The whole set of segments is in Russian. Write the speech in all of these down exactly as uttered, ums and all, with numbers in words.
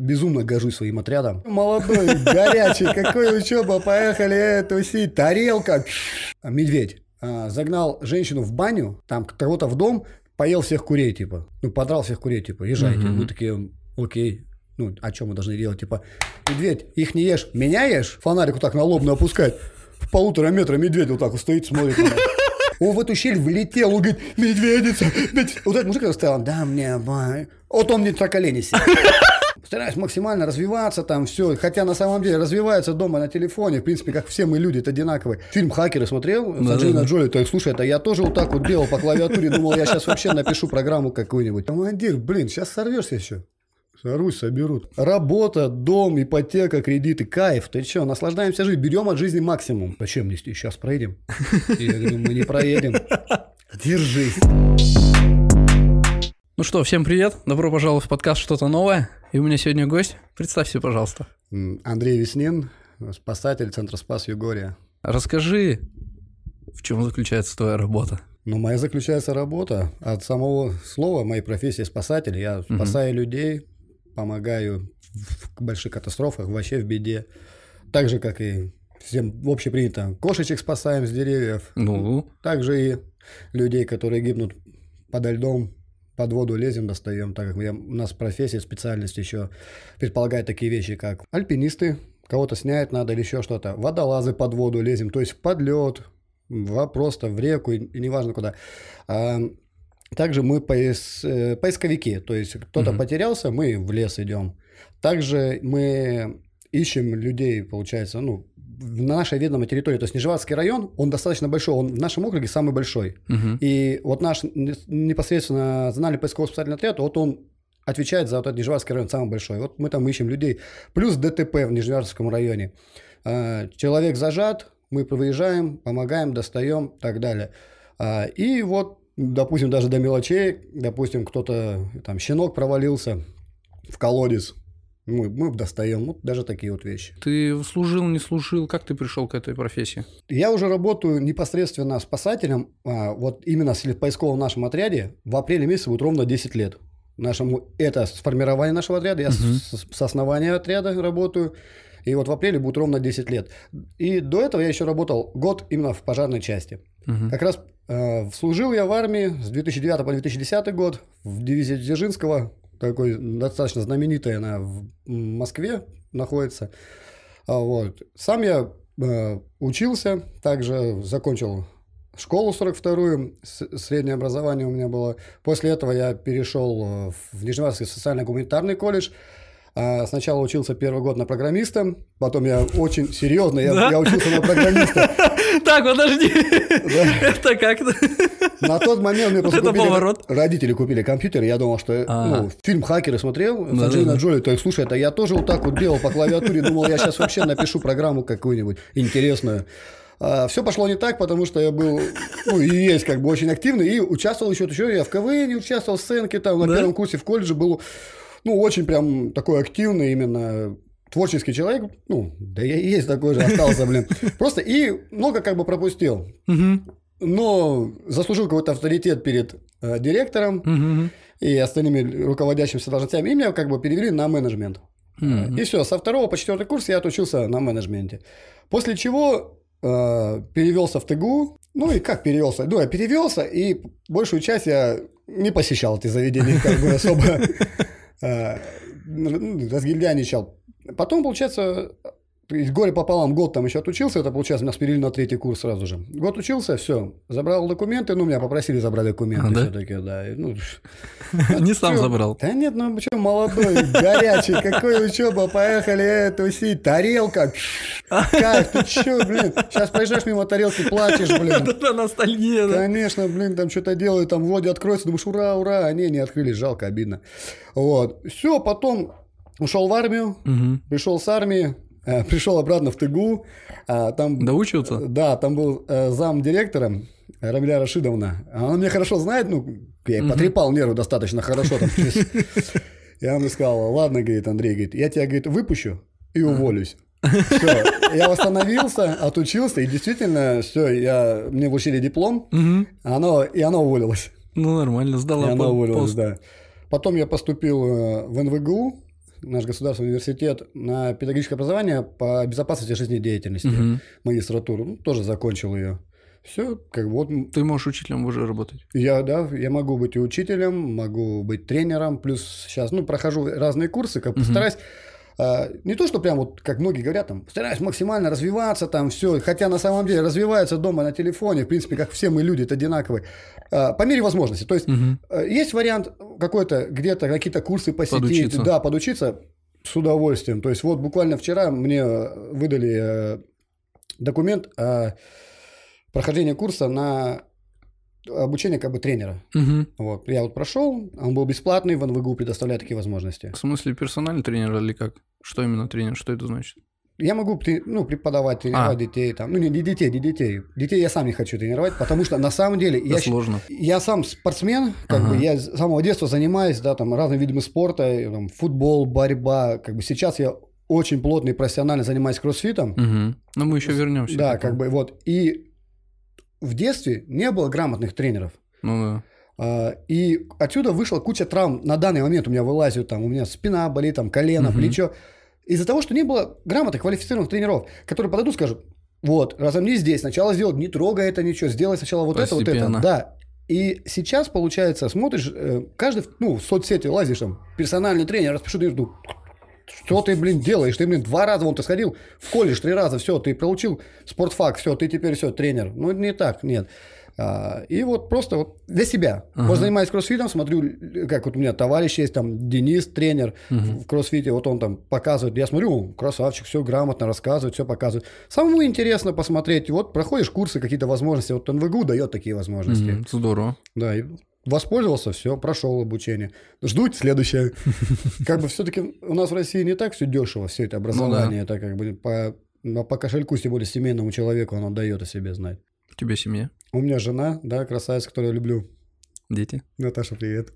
безумно горжусь своим отрядом. Молодой, горячий, какой учеба, поехали тусить, тарелка. Медведь загнал женщину в баню, там кого-то в дом, поел всех курей, типа. Ну, подрал всех курей, типа, езжайте. Mm-hmm. Мы такие, окей. Ну, а что мы должны делать? Типа, медведь, их не ешь, меня ешь? Фонарик вот так на лобную опускать. В полутора метра медведь вот так вот стоит, смотрит. Он в эту щель влетел, он говорит, медведица. Медведица. Вот этот мужик стоял, да мне, бай. Вот он мне на колени сидит. Стараюсь максимально развиваться там, все. Хотя на самом деле развивается дома на телефоне. В принципе, как все мы люди, это одинаковые. Фильм «Хакеры» смотрел? Да, Анджелина да, Джоли. Так, слушай, это я тоже вот так вот делал по клавиатуре. Думал, я сейчас вообще напишу программу какую-нибудь. Командир, блин, сейчас сорвешься еще. Сорвусь, соберут. Работа, дом, ипотека, кредиты, кайф. Ты что, наслаждаемся жизнью, берем от жизни максимум. Зачем нести? Сейчас проедем. Я говорю, мы не проедем. Держись. Ну что, всем привет. Добро пожаловать в подкаст «Что-то новое». И у меня сегодня гость. Представься, пожалуйста. Андрей Веснин, спасатель Центра Спас Югория. Расскажи, в чем заключается твоя работа? Ну, моя заключается работа. От самого слова моей профессии спасатель. Я спасаю угу. людей, помогаю в больших катастрофах, вообще в беде. Так же, как и всем общепринято. Кошечек спасаем с деревьев. Ну. Также и людей, которые гибнут подо льдом. Под воду лезем, достаем, так как я, у нас профессия, специальность еще предполагает такие вещи, как альпинисты, кого-то снять надо или еще что-то, водолазы под воду лезем, то есть под лед, в, просто в реку и, и неважно куда. А, также мы поис, поисковики, то есть кто-то угу. потерялся, мы в лес идем. Также мы ищем людей, получается, ну, в нашей ведомой территории, то есть Нижегородский район, он достаточно большой, он в нашем округе самый большой. Uh-huh. И вот наш непосредственно зональный поисково-спасательный отряд, вот он отвечает за вот этот Нижегородский район, самый большой. Вот мы там ищем людей. Плюс ДТП в Нижегородском районе. Человек зажат, мы выезжаем, помогаем, достаем и так далее. И вот, допустим, даже до мелочей, допустим, кто-то, там, щенок провалился в колодец, Мы, мы достаем, вот даже такие вот вещи. Ты служил, не служил? Как ты пришел к этой профессии? Я уже работаю непосредственно спасателем. А, вот именно в поисковом нашем отряде в апреле месяце будет ровно десять лет. Нашему, это сформирование нашего отряда. Я uh-huh. с, с основания отряда работаю. И вот в апреле будет ровно десять лет. И до этого я еще работал год именно в пожарной части. Uh-huh. Как раз э, служил я в армии с две тысячи девятого по две тысячи десятый год в дивизии Дзержинского. Такой достаточно знаменитая, она в Москве находится. Вот. Сам я э, учился, также закончил школу сорок вторую, среднее образование у меня было. После этого я перешел в Нижегородский социально-гуманитарный колледж. Сначала учился первый год на программиста, потом я очень серьезно, я, да? я учился на программиста. Так, подожди, это как-то... На тот момент мне просто купили, родители купили компьютер, я думал, что ну, фильм «Хакеры» смотрел, с Анджелиной Джоли, так, слушай, это я тоже вот так вот делал по клавиатуре, думал, я сейчас вообще напишу программу какую-нибудь интересную. А, все пошло не так, потому что я был, ну, и есть как бы очень активный, и участвовал еще, еще я в КВН участвовал, в сценке, там, на да? первом курсе в колледже был, ну, очень прям такой активный именно... творческий человек, ну, да я и есть такой же, остался, блин. Просто и много как бы пропустил. Но заслужил какой-то авторитет перед э, директором uh-huh. и остальными руководящими должностями, и меня как бы перевели на менеджмент. Uh-huh. И все, со второго по четвертый курс я отучился на менеджменте. После чего э, перевелся в ТГУ. Ну и как перевелся? Ну, я перевелся, и большую часть я не посещал эти заведения, как бы особо разгильдяничал. Потом, получается, горе пополам, год там еще отучился, это, получается, нас перевели на третий курс сразу же. Год учился, все, забрал документы, ну, меня попросили забрать документы, а, да? все-таки, да. Ну, не сам забрал. Да нет, ну, что, молодой, горячий, какой учеба, поехали тусить, тарелка, кайф, ты че, блин, сейчас проезжаешь мимо тарелки, плачешь, блин. Это ностальгия, да? Конечно, блин, там что-то делают, там вроде откроется, думаешь, ура, ура, они не открылись, жалко, обидно. Вот, все, потом ушел в армию, пришел с армии, пришел обратно в ТГУ. Там, доучился? Да, там был зам директора Рамиля Рашидовна. Она меня хорошо знает, ну, я ей потрепал нервы достаточно хорошо. Там, я мне сказал, ладно, говорит, Андрей, говорит, я тебя, говорит, выпущу и уволюсь. Все, я восстановился, отучился, и действительно, все, я, мне вручили диплом, оно, и оно уволилось. Ну, нормально, сдала. И оно уволилось, да. Потом я поступил в эн вэ гэ у, наш государственный университет на педагогическое образование по безопасности жизнедеятельности, Угу. магистратуру, ну, тоже закончил ее. Все, как бы вот. Ты можешь учителем уже работать. Я, да, я могу быть и учителем, могу быть тренером, плюс сейчас, ну, прохожу разные курсы, как бы Мгм. стараюсь. А, не то, что прям вот, как многие говорят, там, стараюсь максимально развиваться, там, все, хотя на самом деле развиваются дома на телефоне, в принципе, как все мы люди, это одинаковые, а, по мере возможности. То есть, Мгм. а, есть вариант какой-то, где-то какие-то курсы посетить, Подучиться. да, подучиться с удовольствием. То есть, вот буквально вчера мне выдали э, документ о прохождении курса на обучение как бы тренера. Мгм. Вот. Я вот прошел, он был бесплатный, в эн вэ гэ у предоставляет такие возможности. В смысле персональный тренер или как? Что именно тренер? Что это значит? Я могу ну, преподавать, тренировать А. детей. Там. Ну, не, не детей, не детей. Детей я сам не хочу тренировать, потому что на самом деле Это я, щ- сложно. я сам спортсмен, как Ага. бы я с самого детства занимаюсь, да, там, разными видами спорта, и, там, футбол, борьба. Как бы сейчас я очень плотно и профессионально занимаюсь кроссфитом. Угу. Но мы еще вернемся. Да, как бы вот. И в детстве не было грамотных тренеров. Ну да. А, И отсюда вышла куча травм. На данный момент у меня вылазит, там, у меня спина болит, там, колено, Мгм. плечо. Из-за того, что не было грамотных, квалифицированных тренеров, которые подойдут и скажут: вот, разомни здесь, сначала сделай, не трогай это ничего, сделай сначала вот это, вот это. Постепенно. Да. И сейчас, получается, смотришь, э, каждый, ну, в соцсети лазишь, там, персональный тренер, распишу, ты жду. Что ты, блин, делаешь? Ты, блин, два раза, вон, ты сходил в колледж, три раза, все, ты получил спортфак, все, ты теперь все, тренер. Ну, не так, нет. А, и вот просто вот для себя. Ага. Вот занимаюсь кроссфитом, смотрю, как вот у меня товарищ есть, там, Денис, тренер Мгм. в кроссфите, вот он там показывает, я смотрю, красавчик, все грамотно рассказывает, все показывает. Самому интересно посмотреть, вот проходишь курсы, какие-то возможности, вот эн вэ гэ у дает такие возможности. Мгм. Здорово. Да, и воспользовался, все, прошел обучение. Жду следующее. Как бы все-таки у нас в России не так все дешево, все это образование. Это как бы по, но по кошельку, тем более семейному человеку, оно дает о себе знать. У тебя семья? У меня жена, да, красавица, которую я люблю. Дети? Наташа, привет.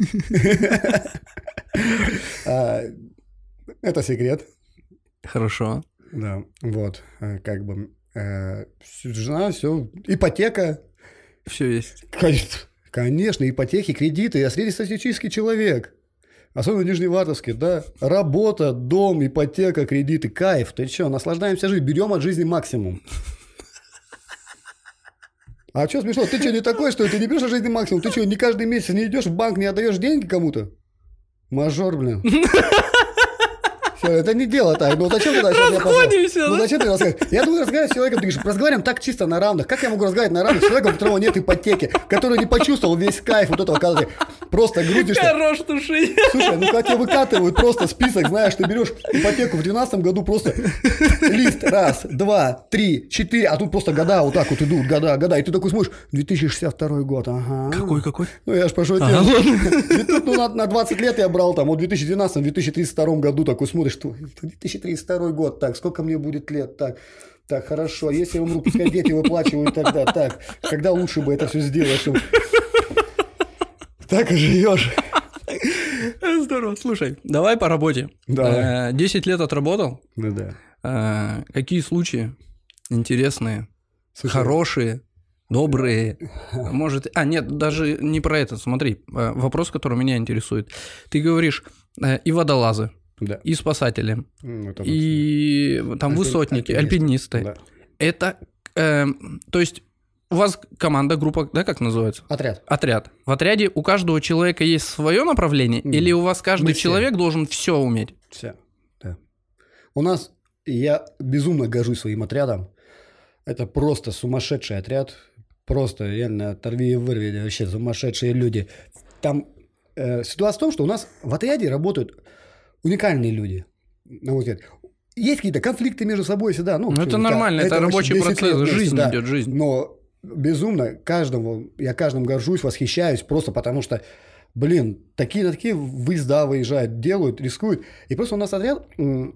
А, Это секрет. Хорошо. Да, вот, э, как бы э, жена, все, ипотека. Все есть. Конечно, конечно, ипотеки, кредиты. Я среднестатистический человек. Особенно в Нижневартовске, да. Работа, дом, ипотека, кредиты. Кайф. Ты что, наслаждаемся жизнью, берем от жизни максимум. А что смешно? Ты что, не такой, что ли? Ты не берешь от жизни максимум? Ты что, не каждый месяц не идешь в банк, не отдаешь деньги кому-то? Мажор, блин. Всё, это не дело так. Ну зачем ты сейчас я пошел? Расходимся, Ну да? зачем ты рассказываешь? Я думаю, разговаривать с человеком, ты говоришь, разговариваем так чисто на равных. Как я могу разговаривать на равных с человеком, у которого нет ипотеки, который не почувствовал весь кайф вот этого, когда ты просто грудишь. Хорош туши. Слушай, ну как тебе выкатывают просто список, знаешь, ты берешь ипотеку в двенадцатом году просто лист раз, два, три, четыре, а тут просто года вот так вот идут, года, года, и ты такой смотришь, две тысячи шестьдесят второй год, ага. Какой, какой? Ну, я ж пошутил. Ага, ладно. И тут, ну, на, на двадцать лет я брал, там, вот в две тысячи двенадцатом - две тысячи тридцать втором году такой смотришь, что две тысячи тридцать второй год, так, сколько мне будет лет, так, так, хорошо, если я умру, пускай дети выплачивают тогда, так, когда лучше бы это все сделать, чтобы... Так и живешь. Здорово. Слушай, давай по работе. Давай. Э, десять лет отработал. Ну да. Э, Какие случаи интересные, Слушай, хорошие, добрые? Может... А, нет, даже не про это. Смотри, э, вопрос, который меня интересует. Ты говоришь, э, и водолазы, да. и спасатели, Ну, это и там Альпи- высотники, альпинисты, альпинисты. да. Это, э, то есть, у вас команда, группа, да, как называется? Отряд. Отряд. В отряде у каждого человека есть свое направление, М. или у вас каждый Мы все. человек должен все уметь? Все. Да. У нас, я безумно горжусь своим отрядом. Это просто сумасшедший отряд. Просто реально оторви и вырви, вообще сумасшедшие люди. Там э, ситуация в том, что у нас в отряде работают уникальные люди. На мой взгляд. Есть какие-то конфликты между собой всегда. Ну, Ну, это да, нормально, это вообще рабочий десять процесс, лет вместе, жизнь да. идет, жизнь. Но безумно каждому, я каждым горжусь, восхищаюсь, просто потому что, блин, такие на такие выезда выезжают, делают, рискуют. И просто у нас отряд, м,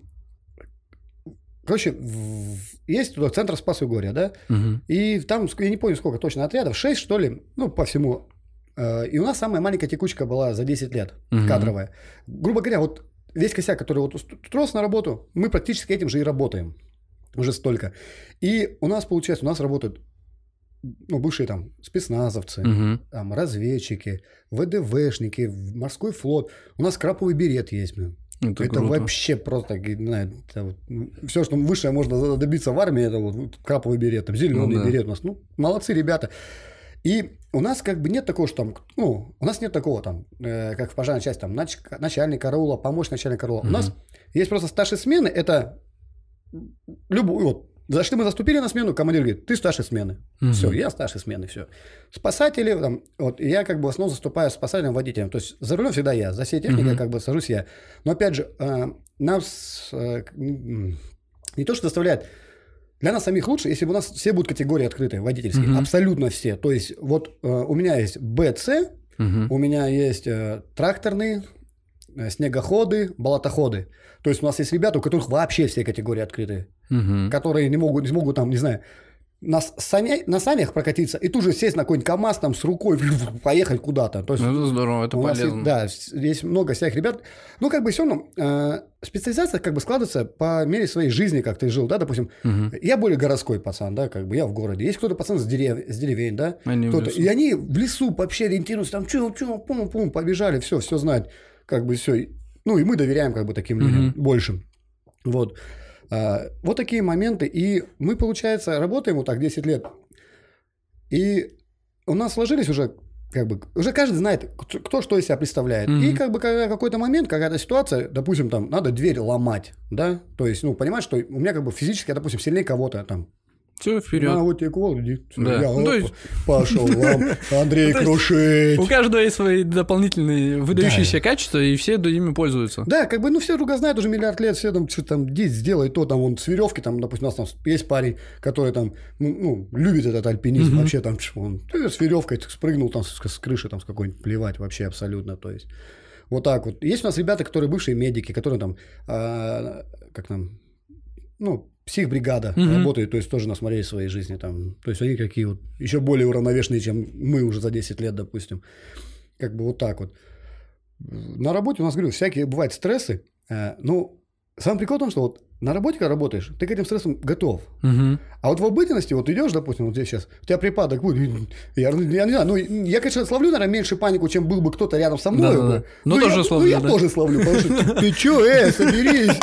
короче, в- есть туда центр Спас-Угорья, да, Мгм. и там, я не помню, сколько точно отрядов, шесть, что ли, ну, по всему. Э, И у нас самая маленькая текучка была за десять лет, Мгм. кадровая. Грубо говоря, вот весь косяк, который вот устроился на работу, мы практически этим же и работаем. Уже столько. И у нас, получается, у нас работают, ну, бывшие там спецназовцы, Мгм. там разведчики, вэ дэ вэшники, морской флот. У нас краповый берет есть, блин. Это, это вообще просто, не знаю, вот, все, что высшее можно добиться в армии, это вот краповый берет, там, зеленый ну, да. берет у нас. Ну, молодцы ребята. И у нас как бы нет такого, что там, ну, у нас нет такого там, э, как в пожарной части, там, нач, начальник караула, помощник начальника караула. Mm-hmm. У нас есть просто старшие смены, это любой, вот, зашли мы заступили на смену, командир говорит, ты старшей смены. Mm-hmm. Все, я старшей смены, все. Спасатели, там, вот, я как бы в основном заступаю спасателем, водителем. То есть за рулем всегда я, за всей техникой mm-hmm. как бы сажусь я. Но опять же, э, нас э, не то, что доставляет. Для нас самих лучше, если бы у нас все будут категории открытые, водительские, uh-huh. абсолютно все. То есть, вот э, у меня есть бэ цэ, uh-huh. у меня есть э, тракторные, э, снегоходы, болотоходы. То есть, у нас есть ребята, у которых вообще все категории открытые, uh-huh. которые не могут, не могут там, не знаю, на, саня, на санях прокатиться и тут же сесть на какой-нибудь КамАЗ там с рукой, поехать куда-то. То есть, ну, это здорово, это полезно. Есть, да, есть много всяких ребят. Ну, как бы все равно, э, специализация как бы складывается по мере своей жизни, как ты жил, да, допустим. Угу. Я более городской пацан, да, как бы я в городе. Есть кто-то пацан с, дерев... с деревень, да, они кто-то, и они в лесу вообще ориентируются, там, что, что, пум-пум, побежали, все, все знают, как бы все. Ну, и мы доверяем как бы таким угу. людям больше. Вот. Вот такие моменты, и мы, получается, работаем вот так десять лет, и у нас сложились уже, как бы, уже каждый знает, кто что из себя представляет, mm-hmm. и как бы когда какой-то момент, какая-то ситуация, допустим, там, надо дверь ломать, да, то есть, ну, понимаешь, что у меня как бы физически, я, допустим, сильнее кого-то там. Все, вперед. А вот тебе кувал, иди. Да. Я, ну, есть... пошел вам, Андрей, крушить. У каждого есть свои дополнительные выдающиеся да. качества, и все ими пользуются. Да, как бы, ну, все друг друга знают уже миллиард лет, все там, что там, здесь сделай то, там, вон, с веревки, там, допустим, у нас там есть парень, который там, ну, любит этот альпинизм, mm-hmm. вообще там, он с веревкой спрыгнул там с, с крыши, там, с какой-нибудь, плевать вообще абсолютно, то есть, вот так вот. Есть у нас ребята, которые бывшие медики, которые там, а, как нам, ну, психбригада mm-hmm. работает, то есть тоже насмотрели в своей жизни там, то есть они какие вот еще более уравновешенные, чем мы уже за десять лет, допустим, как бы вот так вот. На работе у нас, говорю, всякие бывают стрессы, э, ну, самый прикол в том, что вот на работе, когда работаешь, ты к этим стрессам готов, mm-hmm. а вот в обыденности, вот идешь, допустим, вот здесь сейчас, у тебя припадок будет, я, я не знаю, ну, я, конечно, словлю, наверное, меньше панику, чем был бы кто-то рядом со мной, да, бы, да. но, но тоже я, словлю, ну, я да. тоже словлю, потому что ты чё, э, соберись.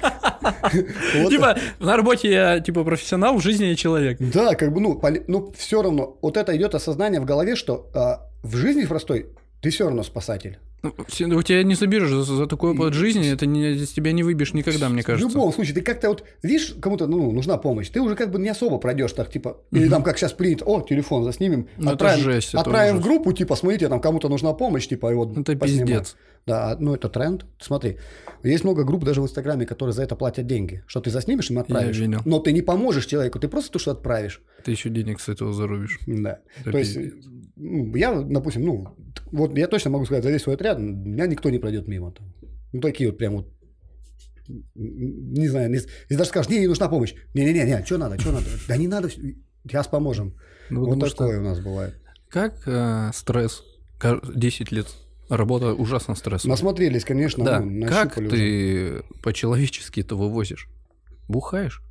Типа, на работе я, типа, профессионал, в жизни я человек. Да, как бы, ну, ну все равно, вот это идет осознание в голове, что в жизни простой ты все равно спасатель. У тебя не соберешь за, за такой опыт жизни, это не, из тебя не выбьешь никогда, мне кажется. В любом случае, ты как-то вот, видишь, кому-то ну, нужна помощь, ты уже как бы не особо пройдешь так, типа, или там, как сейчас принято, о, телефон заснимем, ну, отправим, жесть, отправим в группу, типа, смотрите, там кому-то нужна помощь, типа, и вот это поснимаем. Пиздец. Да, ну это тренд. Смотри, есть много групп даже в Инстаграме, которые за это платят деньги, что ты заснимешь, им отправишь, но ты не поможешь человеку, ты просто то, что отправишь. Ты еще денег с этого зарубишь. Да, это то есть, ну, я, допустим, ну, вот я точно могу сказать, за весь свой отряд, меня никто не пройдет мимо. Ну, такие вот прям вот, не знаю, если даже скажешь, не, не нужна помощь, не-не-не, что надо, что надо, да не надо, сейчас поможем. Ну, вот такое у нас бывает. Как э, стресс, десять лет, работа ужасно стрессовая. Насмотрелись, конечно. Да, ну, как ты уже. По-человечески это вывозишь? Бухаешь?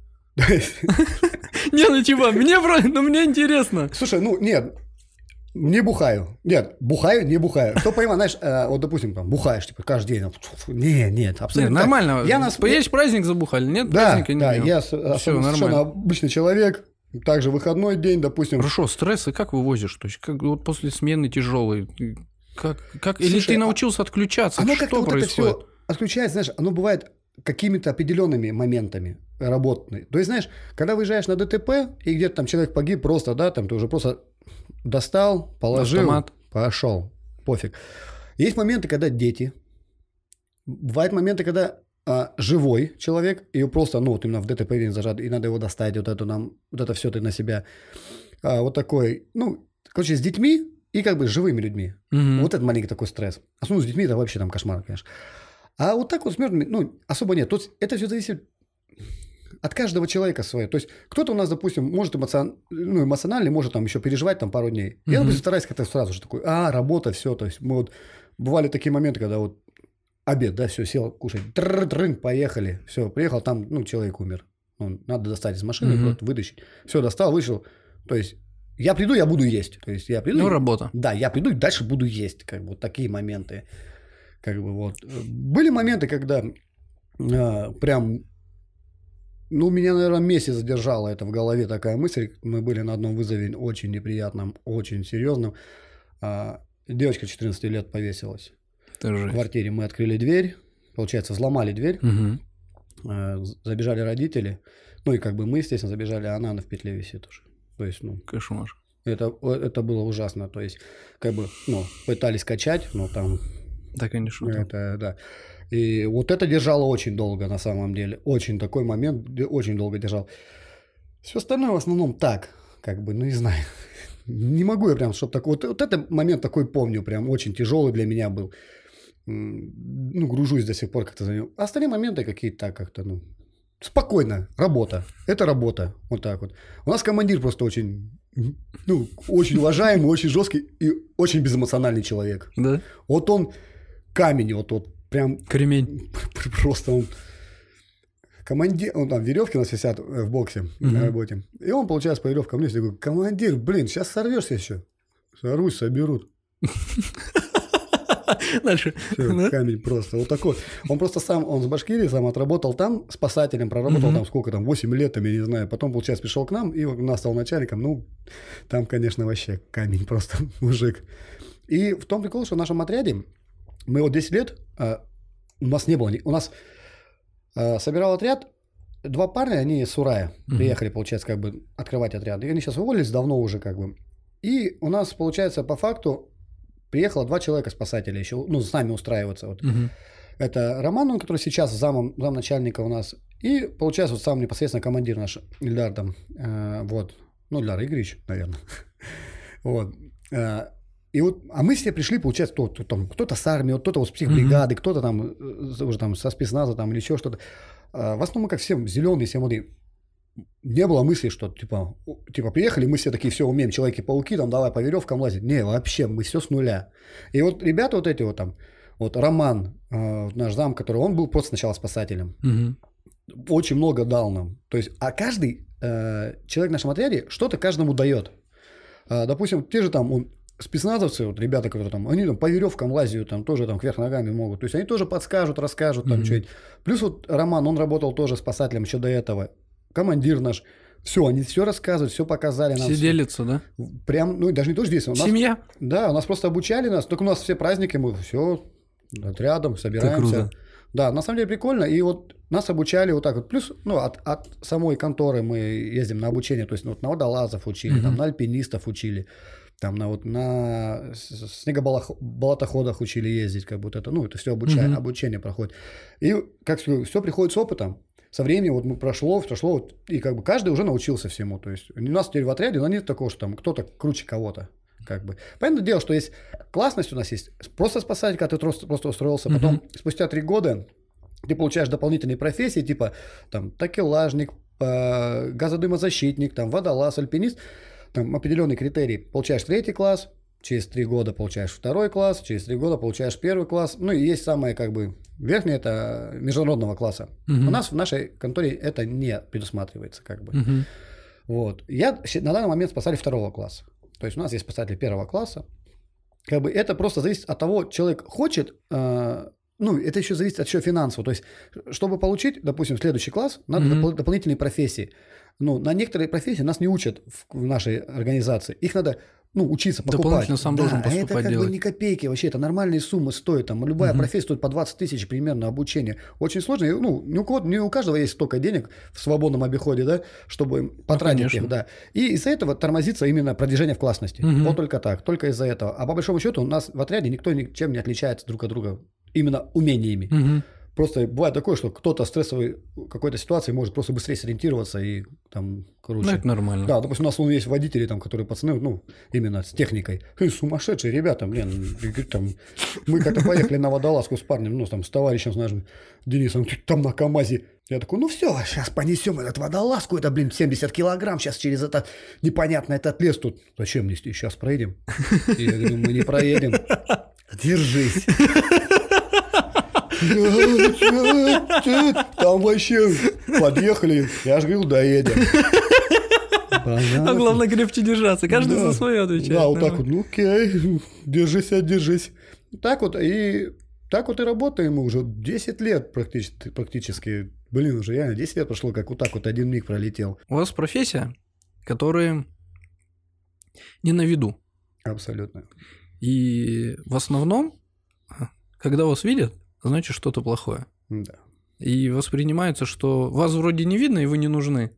Не, ну типа, мне ну мне интересно. Слушай, ну нет, не бухаю. Нет, бухаю, не бухаю. Кто понимает, знаешь, вот, допустим, там, бухаешь, типа, каждый день. Не, нет, абсолютно. Нет, нормально. Я нас... Есть праздник забухали, нет да, праздника не Да, делал. я Всё, совершенно обычный человек. Также выходной день, допустим. Хорошо, стрессы как вывозишь? То есть, как вот после смены тяжелой, как, как... Слушай, или ты научился отключаться? Оно что как-то происходит? Вот это все отключается, знаешь, оно бывает какими-то определенными моментами работными. То есть, знаешь, когда выезжаешь на ДТП, и где-то там человек погиб просто, да, там ты уже просто достал, положил, автомат. Пошел, пофиг. Есть моменты, когда дети, бывают моменты, когда а, живой человек, и просто, ну, вот именно в ДТП зажат, и надо его достать, вот это нам, вот это все ты на себя, а, вот такой, ну, короче, с детьми и как бы с живыми людьми. Mm-hmm. Вот это маленький такой стресс. Особенно с детьми это вообще там кошмар, конечно. А вот так вот с мертвыми, ну, особо нет. Тут это все зависит от каждого человека свое. То есть, кто-то у нас, допустим, может эмоцион... ну, эмоционально, может там еще переживать там пару дней. Mm-hmm. Я, допустим, стараюсь как-то сразу же такой, а, работа, все. То есть, мы вот, бывали такие моменты, когда вот обед, да, все, сел кушать, трын, поехали, все, приехал, там, ну, человек умер. Ну, надо достать из машины, mm-hmm. вот, вытащить. Все, достал, вышел. То есть, я приду, я буду есть. То есть, я приду. Ну, и... работа. Да, я приду и дальше буду есть. Как бы вот такие моменты. Как бы вот. Были моменты, когда а, прям, ну, меня, наверное, месяц задержала это в голове такая мысль. Мы были на одном вызове очень неприятном, очень серьезном. А, девочка четырнадцати лет повесилась. В квартире мы открыли дверь, получается, взломали дверь, угу. а, забежали родители, ну, и как бы мы, естественно, забежали, а она, она в петле висит уже. То есть, ну... Кошмар. Это, это было ужасно, то есть, как бы, ну, пытались качать, но там... Да, конечно. Это, да. И вот это держало очень долго, на самом деле. Очень такой момент, очень долго держал. Все остальное в основном так, как бы, ну, не знаю. Не могу я прям, чтобы такой... Вот, вот этот момент такой помню, прям очень тяжелый для меня был. Ну, гружусь до сих пор как-то за ним. А остальные моменты какие-то так как-то, ну... Спокойно, работа. Это работа. Вот так вот. У нас командир просто очень, ну, очень уважаемый, очень жесткий и очень безэмоциональный человек. Да? Вот он камень, вот, вот прям... Кремень. Просто он... Командир... Он там веревки у нас висят в боксе угу. на работе. И он, получается, по веревкам вниз. Я говорю, командир, блин, сейчас сорвешься еще. Сорвусь, соберут. Дальше. Все, да? Камень просто. Вот такой. Он просто сам, он с Башкирии сам отработал там спасателем, проработал uh-huh. там сколько там, восемь лет, там, я не знаю. Потом, получается, пришел к нам и у нас стал начальником. Ну, там, конечно, вообще камень просто, мужик. И в том прикол, что в нашем отряде мы вот десять лет, а, у нас не было, у нас а, собирал отряд два парня, они с Урая uh-huh. приехали, получается, как бы открывать отряд. И они сейчас уволились давно уже, как бы. И у нас, получается, по факту приехало два человека спасателя еще, ну, с нами устраиваться. Вот. Uh-huh. Это Роман, он, который сейчас замом, замначальника у нас, и, получается, вот сам непосредственно командир наш, Ильдар там, э, вот, ну, Ильдар Игоревич, наверное. вот. Э, и вот, а мы все пришли, получается, кто, кто, там, кто-то с армии, кто-то вот с психбригады, uh-huh. кто-то там уже там со спецназа там или еще что-то. Э, в основном, как все зеленые, все молодые. Не было мысли, что типа, типа приехали, мы все такие, все умеем, Человеки-пауки, там давай по веревкам лазить. Не, вообще, мы все с нуля. И вот ребята вот эти вот там, вот Роман, э, наш зам, который, он был просто сначала спасателем. Угу. Очень много дал нам. То есть, а каждый э, человек в нашем отряде что-то каждому дает. Э, допустим, те же там, он, спецназовцы, вот ребята, которые там, они там по веревкам лазят, там тоже там кверх ногами могут. То есть, они тоже подскажут, расскажут там угу. что-нибудь. Плюс вот Роман, он работал тоже спасателем еще до этого. Командир наш, все, они все рассказывают, все показали нам. Все делятся, да? Прям, ну, даже не то, что здесь. У нас, семья? Да, у нас просто обучали нас, только у нас все праздники, мы все отрядом собираемся. Да, на самом деле прикольно, и вот нас обучали вот так вот. Плюс, ну, от, от самой конторы мы ездим на обучение, то есть ну, вот на водолазов учили, угу. там, на альпинистов учили, там, на, вот, на снегоболотоходах учили ездить, как будто это, ну, это все обучение, угу. обучение проходит. И, как сказать, все приходит с опытом. Со временем вот мы прошло, прошло, вот, и как бы каждый уже научился всему. То есть у нас теперь в отряде, но нет такого, что там кто-то круче кого-то. Как бы. Понятное дело, что есть классность у нас есть. Просто спасатель, когда ты просто, просто устроился. Потом uh-huh. спустя три года ты получаешь дополнительные профессии, типа там такелажник, газодымозащитник, там водолаз, альпинист. Там определенные критерии. Получаешь третий класс, через три года получаешь второй класс, через три года получаешь первый класс. Ну и есть самое как бы верхнее, это международного класса. Uh-huh. У нас в нашей конторе это не предусматривается как бы. Uh-huh. Вот. Я на данный момент спасатель второго класса. То есть у нас есть спасатели первого класса. Как бы это просто зависит от того, человек хочет, э, ну это еще зависит от еще финансово. То есть чтобы получить, допустим, следующий класс, надо uh-huh. доп- дополнительные профессии. Ну на некоторые профессии нас не учат в, в нашей организации. Их надо ну, учиться, покупать. Дополнительно сам да, должен поступать, это как делать. бы ни копейки вообще, это нормальные суммы стоят. Там, любая uh-huh. профессия стоит по двадцать тысяч примерно обучение. Очень сложно. Ну, ни у, кого, ни у каждого есть столько денег в свободном обиходе, да, чтобы потратить ну, их. Да. И из-за этого тормозится именно продвижение в классности. Uh-huh. Вот только так, только из-за этого. А по большому счету у нас в отряде никто ничем не отличается друг от друга именно умениями. Uh-huh. Просто бывает такое, что кто-то в стрессовой какой-то ситуации может просто быстрее сориентироваться и там круче. Ну, это нормально. Да, допустим, у нас есть водители, там, которые пацаны, ну, именно с техникой. Эй, сумасшедшие ребята, блин. Там, мы как-то поехали на водолазку с парнем, ну, там, с товарищем, с нашим Денисом, там на КамАЗе. Я такой, ну все, сейчас понесем этот водолазку, это, блин, семьдесят килограмм, сейчас через это непонятно этот лес тут. Зачем нести? Сейчас проедем. И я говорю, мы не проедем. Держись. Там вообще подъехали, я же говорил, доедем. А главное крепче держаться, каждый да. за свое отвечает. Да, вот так вот, ну окей, держись, держись. Так вот, и так вот и работаем мы уже десять лет практически, практически. Блин, уже реально десять лет прошло, как вот так вот один миг пролетел. У вас профессия, которая не на виду. Абсолютно. И в основном, когда вас видят, значит что-то плохое. Да. И воспринимается, что вас вроде не видно, и вы не нужны.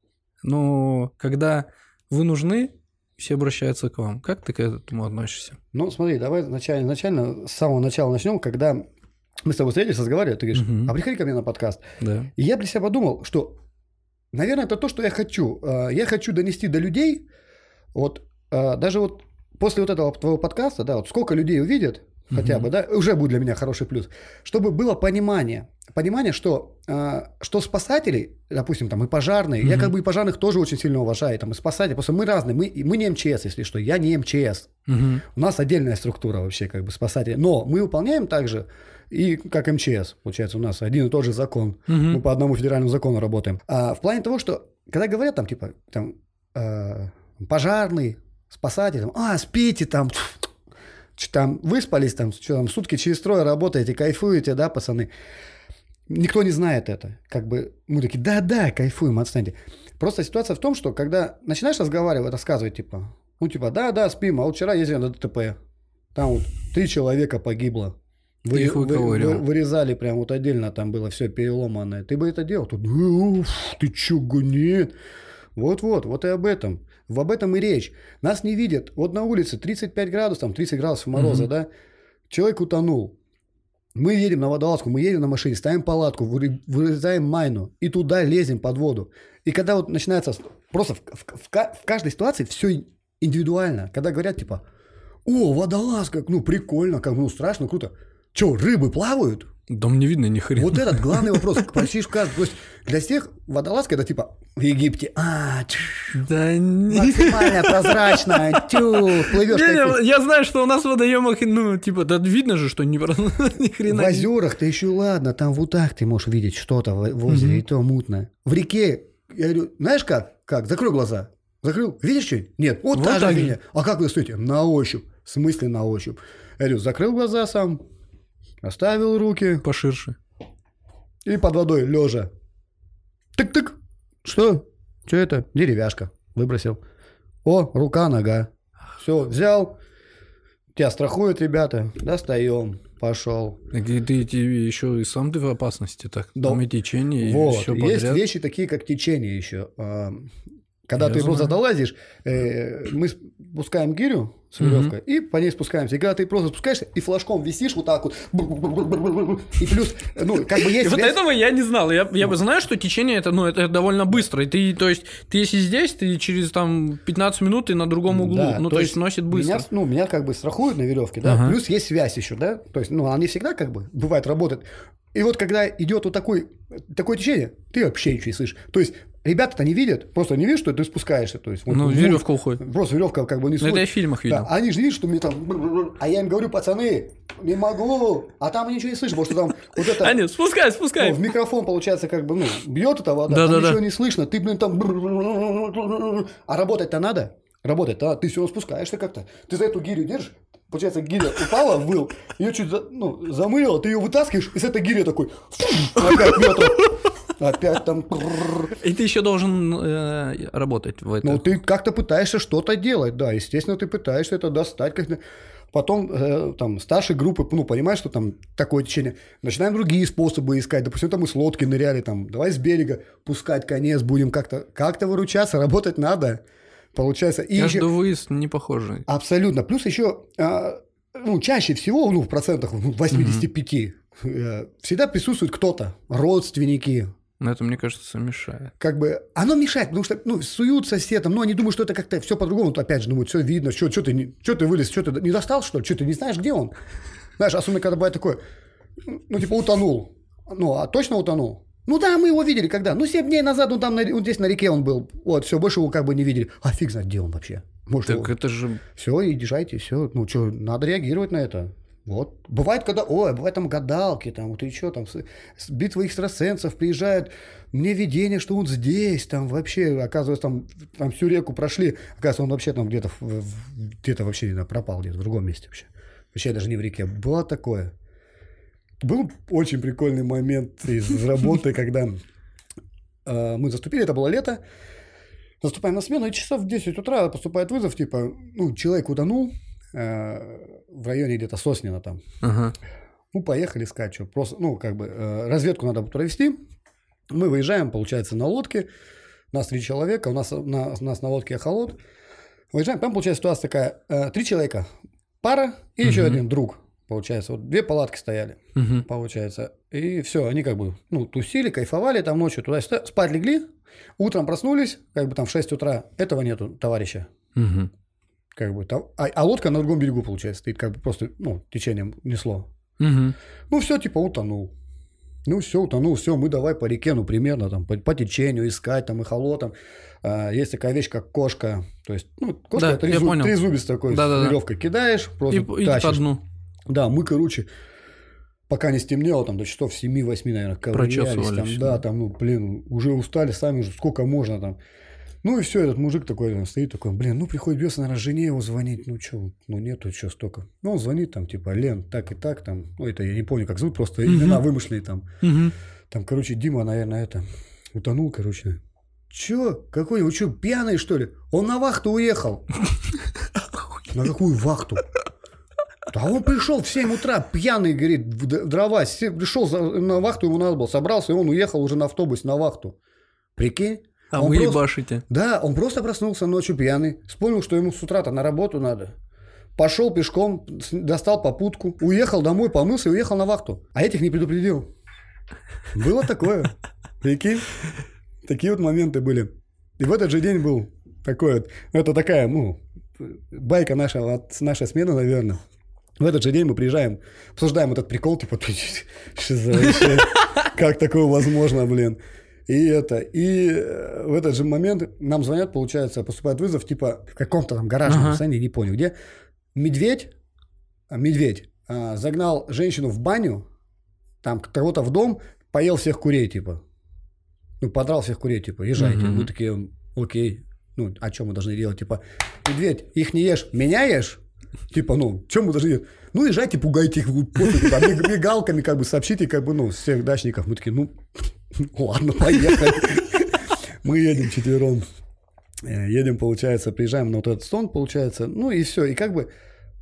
Но когда вы нужны, все обращаются к вам. Как ты к этому относишься? Ну, смотри, давай изначально, изначально с самого начала начнем, когда мы с тобой встретились, разговаривали, ты говоришь, Мгм. а приходи ко мне на подкаст. Да. И я для себя подумал, что, наверное, это то, что я хочу. А, Я хочу донести до людей, вот а, даже вот после вот этого твоего подкаста, да, вот сколько людей увидят, хотя Мгм. бы, да, уже будет для меня хороший плюс, чтобы было понимание, понимание, что, а, что спасатели, допустим, там и пожарные, я Мгм. как бы и пожарных тоже очень сильно уважаю, там и спасатели, просто мы разные, мы, мы не эм че эс, если что, я не эм че эс, Мгм. у нас отдельная структура вообще как бы спасателей, но мы выполняем также и как эм че эс, получается, у нас один и тот же закон, Мгм. мы по одному федеральному закону работаем. А в плане того, что когда говорят там типа там э, пожарный, спасатель, там, а спите там, чё там выспались там, что там сутки через трое работаете, кайфуете, да, пацаны. Никто не знает это. Как бы мы такие, да-да, кайфуем, отстаньте. Просто ситуация в том, что когда начинаешь разговаривать, рассказывать, типа, ну, типа, да-да, спим, а вот вчера ездили на дэ тэ пэ, там вот три человека погибло. Ты их выковыривал. Вырезали прям вот отдельно, там было все переломанное. Ты бы это делал? Тут, «Уф, ты чё, нет?» Вот-вот, вот и об этом. Об этом и речь. Нас не видят. Вот на улице тридцать пять градусов, там тридцать градусов мороза, Мгм. да? Человек утонул. Мы едем на водолазку, мы едем на машине, ставим палатку, выры- вырезаем майну и туда лезем под воду. И когда вот начинается просто в, в- в ка- в каждой ситуации все индивидуально. Когда говорят типа, о, водолазка, ну прикольно, как, ну страшно, круто. Че, рыбы плавают? Там не видно ни хрена. Вот этот главный вопрос. Почти в каждом. То есть для всех водолазка это типа в Египте. А, тш, Да не... максимально прозрачно. Тю, плывешь. Не, не, я знаю, что у нас в водоемах, ну, типа, да видно же, что ни, ни хрена. В озерах-то еще ладно, там в утах ты можешь видеть что-то в, в озере, Мгм. и то мутно. В реке, я говорю, знаешь как? Как? Закрой глаза. Закрыл? Видишь что-нибудь? Нет. Вот, Вот та же так же. фигня. А как вы стоите? На ощупь. В смысле на ощупь? Я говорю, закрыл глаза сам, оставил руки Поширше. и под водой лежа. Тык-тык. Что? Что это? Деревяшка. Выбросил. О, рука, нога. Все, взял. Тебя страхуют ребята. Достаем. Пошел. Так и ты, ты еще и сам ты в опасности, так? Да. Там и течение, и Вот. все Есть подряд. вещи такие, как течение еще. А, Когда Я ты просто знаю. долазишь, э, мы спускаем гирю с Мгм. веревкой и по ней спускаемся. И когда ты просто спускаешься и флажком висишь вот так вот, и плюс, ну, как бы И есть вот связь- этого я не знал. Я, я бы знаю, что течение это, ну, это довольно быстро. И ты, то есть, ты если здесь, ты через там пятнадцать минут ты на другом углу. Да, ну, то, есть, носит быстро. Меня, ну, меня как бы страхуют на веревке, да. Ага. Плюс есть связь еще, да. То есть, ну, она не всегда как бы бывает работает. И вот когда идет вот такой, такое течение, ты вообще ничего не слышишь. То есть, ребята-то не видят, просто не видят, что ты спускаешься. То есть, вот, Ну, вот, веревка уходит. Просто веревка как бы не Ну, это я в фильмах видел. Да, они же видят, что мне там... А я им говорю, пацаны, не могу. А там они ничего не слышат, потому что там вот это... А нет, спускай, Ну, спускай. в микрофон, получается, как бы, ну, бьет эта вода, Да, там да, да. ничего не слышно, ты, блин, там... А работать-то надо? Работать-то надо, ты все равно спускаешься как-то. Ты за эту гирю держишь, получается, гиря упала в выл, ее чуть за- ну, замылила, ты ее вытаскиваешь, и с этой гирей такой... На пять метров. Опять там... И ты еще должен э, работать в этом. Ну, ты как-то пытаешься что-то делать, да, естественно, ты пытаешься это достать как-то. Потом э, там старшие группы, ну, понимаешь, что там такое течение, начинаем другие способы искать, допустим, там мы с лодки ныряли, там, давай с берега пускать конец будем как-то, как-то выручаться, работать надо, получается. И Каждый еще- выезд не похожий. абсолютно, плюс еще, а, ну, чаще всего, ну, в процентах ну, восемьдесят пять, э, всегда присутствует кто-то, родственники. Но это, мне кажется, мешает. Как бы оно мешает, потому что ну, суются все там, но они думают, что это как-то все по-другому. То опять же думают, все видно, что, что, ты, не- что ты вылез, что ты не достал, что ли, что ты не знаешь, где он. Знаешь, особенно когда бывает такое, ну, типа, утонул. Ну, а точно утонул? Ну да, мы его видели когда? Ну, семь дней назад, он там, на, он здесь на реке он был. Вот, все, больше его как бы не видели. А фиг знает, где он вообще. Может, Так его... это же... Все, и езжайте, все. Ну, что, надо реагировать на это. Вот. Бывает, когда, ой, бывает там гадалки, там, вот и что, там, с, с битвы экстрасенсов приезжают, мне видение, что он здесь, там, вообще, оказывается, там, там всю реку прошли, оказывается, он вообще там где-то, в- в- где-то вообще не знаю, пропал, где-то в другом месте вообще. Вообще даже не в реке. Было такое. был очень прикольный момент из работы, когда э, мы заступили, это было лето, заступаем на смену, и часов в десять утра поступает вызов, типа, ну, человек утонул э, в районе где-то Соснина там. Ага. Ну, поехали искать, что просто, ну, как бы, э, разведку надо провести. Мы выезжаем, получается, на лодке, нас три человека, у нас на, у нас на лодке эхолот. Выезжаем, там, получается, ситуация такая, э, три человека, пара и угу. еще один друг, получается. Вот две палатки стояли, угу. получается. И все, они как бы, ну, тусили, кайфовали там ночью, туда-сюда, спать легли. Утром проснулись, как бы там в шесть утра, этого нету товарища. Угу. Как бы, а, а лодка на другом берегу, получается, стоит, как бы просто, ну, течением несло. Угу. Ну, все, типа, утонул. Ну, все, утонул, все, мы давай по реке, ну, примерно там, по, по течению искать, там, эхолотом. А, есть такая вещь, как кошка. То есть, ну, кошка, да, трезуб, трезубец такой, да, с веревкой да. кидаешь, просто и, тащишь. И по дну. Да, мы, короче... Пока не стемнело, там до часов семь-восемь, наверное, ковырялись. Там, да, там, ну, блин, уже устали сами, уже сколько можно там. Ну и все, этот мужик такой там, стоит, такой, блин, ну приходит бес, наверное, жене его звонить, ну что, ну нету, что столько. Ну он звонит там, типа, Лен, так и так, там, ну это я не помню, как зовут, просто uh-huh. имена вымышленные там. Uh-huh. Там, короче, Дима, наверное, это, утонул, короче. Че, какой, вы что, пьяный, что ли? Он на вахту уехал. На какую вахту? А он пришел в семь утра, пьяный, говорит, в дрова, пришел на вахту, ему надо было, собрался, и он уехал уже на автобусе на вахту. Прикинь? А вы ебашите. Да, он просто проснулся ночью пьяный, вспомнил, что ему с утра-то на работу надо. Пошел пешком, достал попутку, уехал домой, помылся и уехал на вахту. А этих не предупредил. Было такое. Прикинь? Такие вот моменты были. И в этот же день был такой вот, это такая, ну, байка наша, от нашей смены, наверное. В этот же день мы приезжаем, обсуждаем этот прикол, типа, что за вообще, как такое возможно, блин. И это, и в этот же момент нам звонят, получается, поступает вызов, типа, в каком-то там гаражном ага. состоянии, не понял где, медведь, медведь а, загнал женщину в баню, там, кого-то в дом, поел всех курей, типа, ну, подрал всех курей, типа, езжайте. Угу. Мы такие, окей, ну, а что мы должны делать, типа, медведь, их не ешь, меня ешь? Типа, ну, что мы должны делать? Ну, езжайте, пугайте их, пофиг, там, мигалками, как бы, сообщите, как бы, ну, всех дачников. Мы такие, ну, ладно, поехали. Мы едем четвером. Едем, получается, приезжаем на вот этот стон, получается, ну, и все. И как бы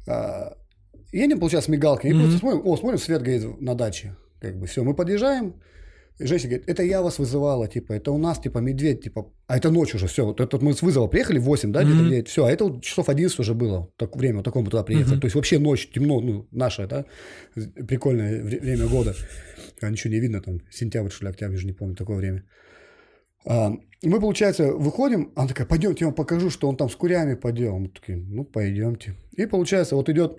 едем, получается, с мигалками, и просто смотрим, о, смотрим, свет горит на даче. Как бы, все, мы подъезжаем. И женщина говорит, это я вас вызывала, типа, это у нас, типа, медведь, типа, а это ночь уже, все, вот это мы с вызова приехали в восемь, да, mm-hmm. где-то, все, а это вот часов одиннадцать уже было, так время, вот такое мы туда приехали, mm-hmm. то есть вообще ночь, темно, ну, наше, да, прикольное время года, а ничего не видно, там, сентябрь, что ли, октябрь, уже не помню, такое время. А, мы, получается, выходим, она такая, пойдемте, я вам покажу, что он там с курями поделал, мы такие, ну, пойдемте, и, получается, вот идет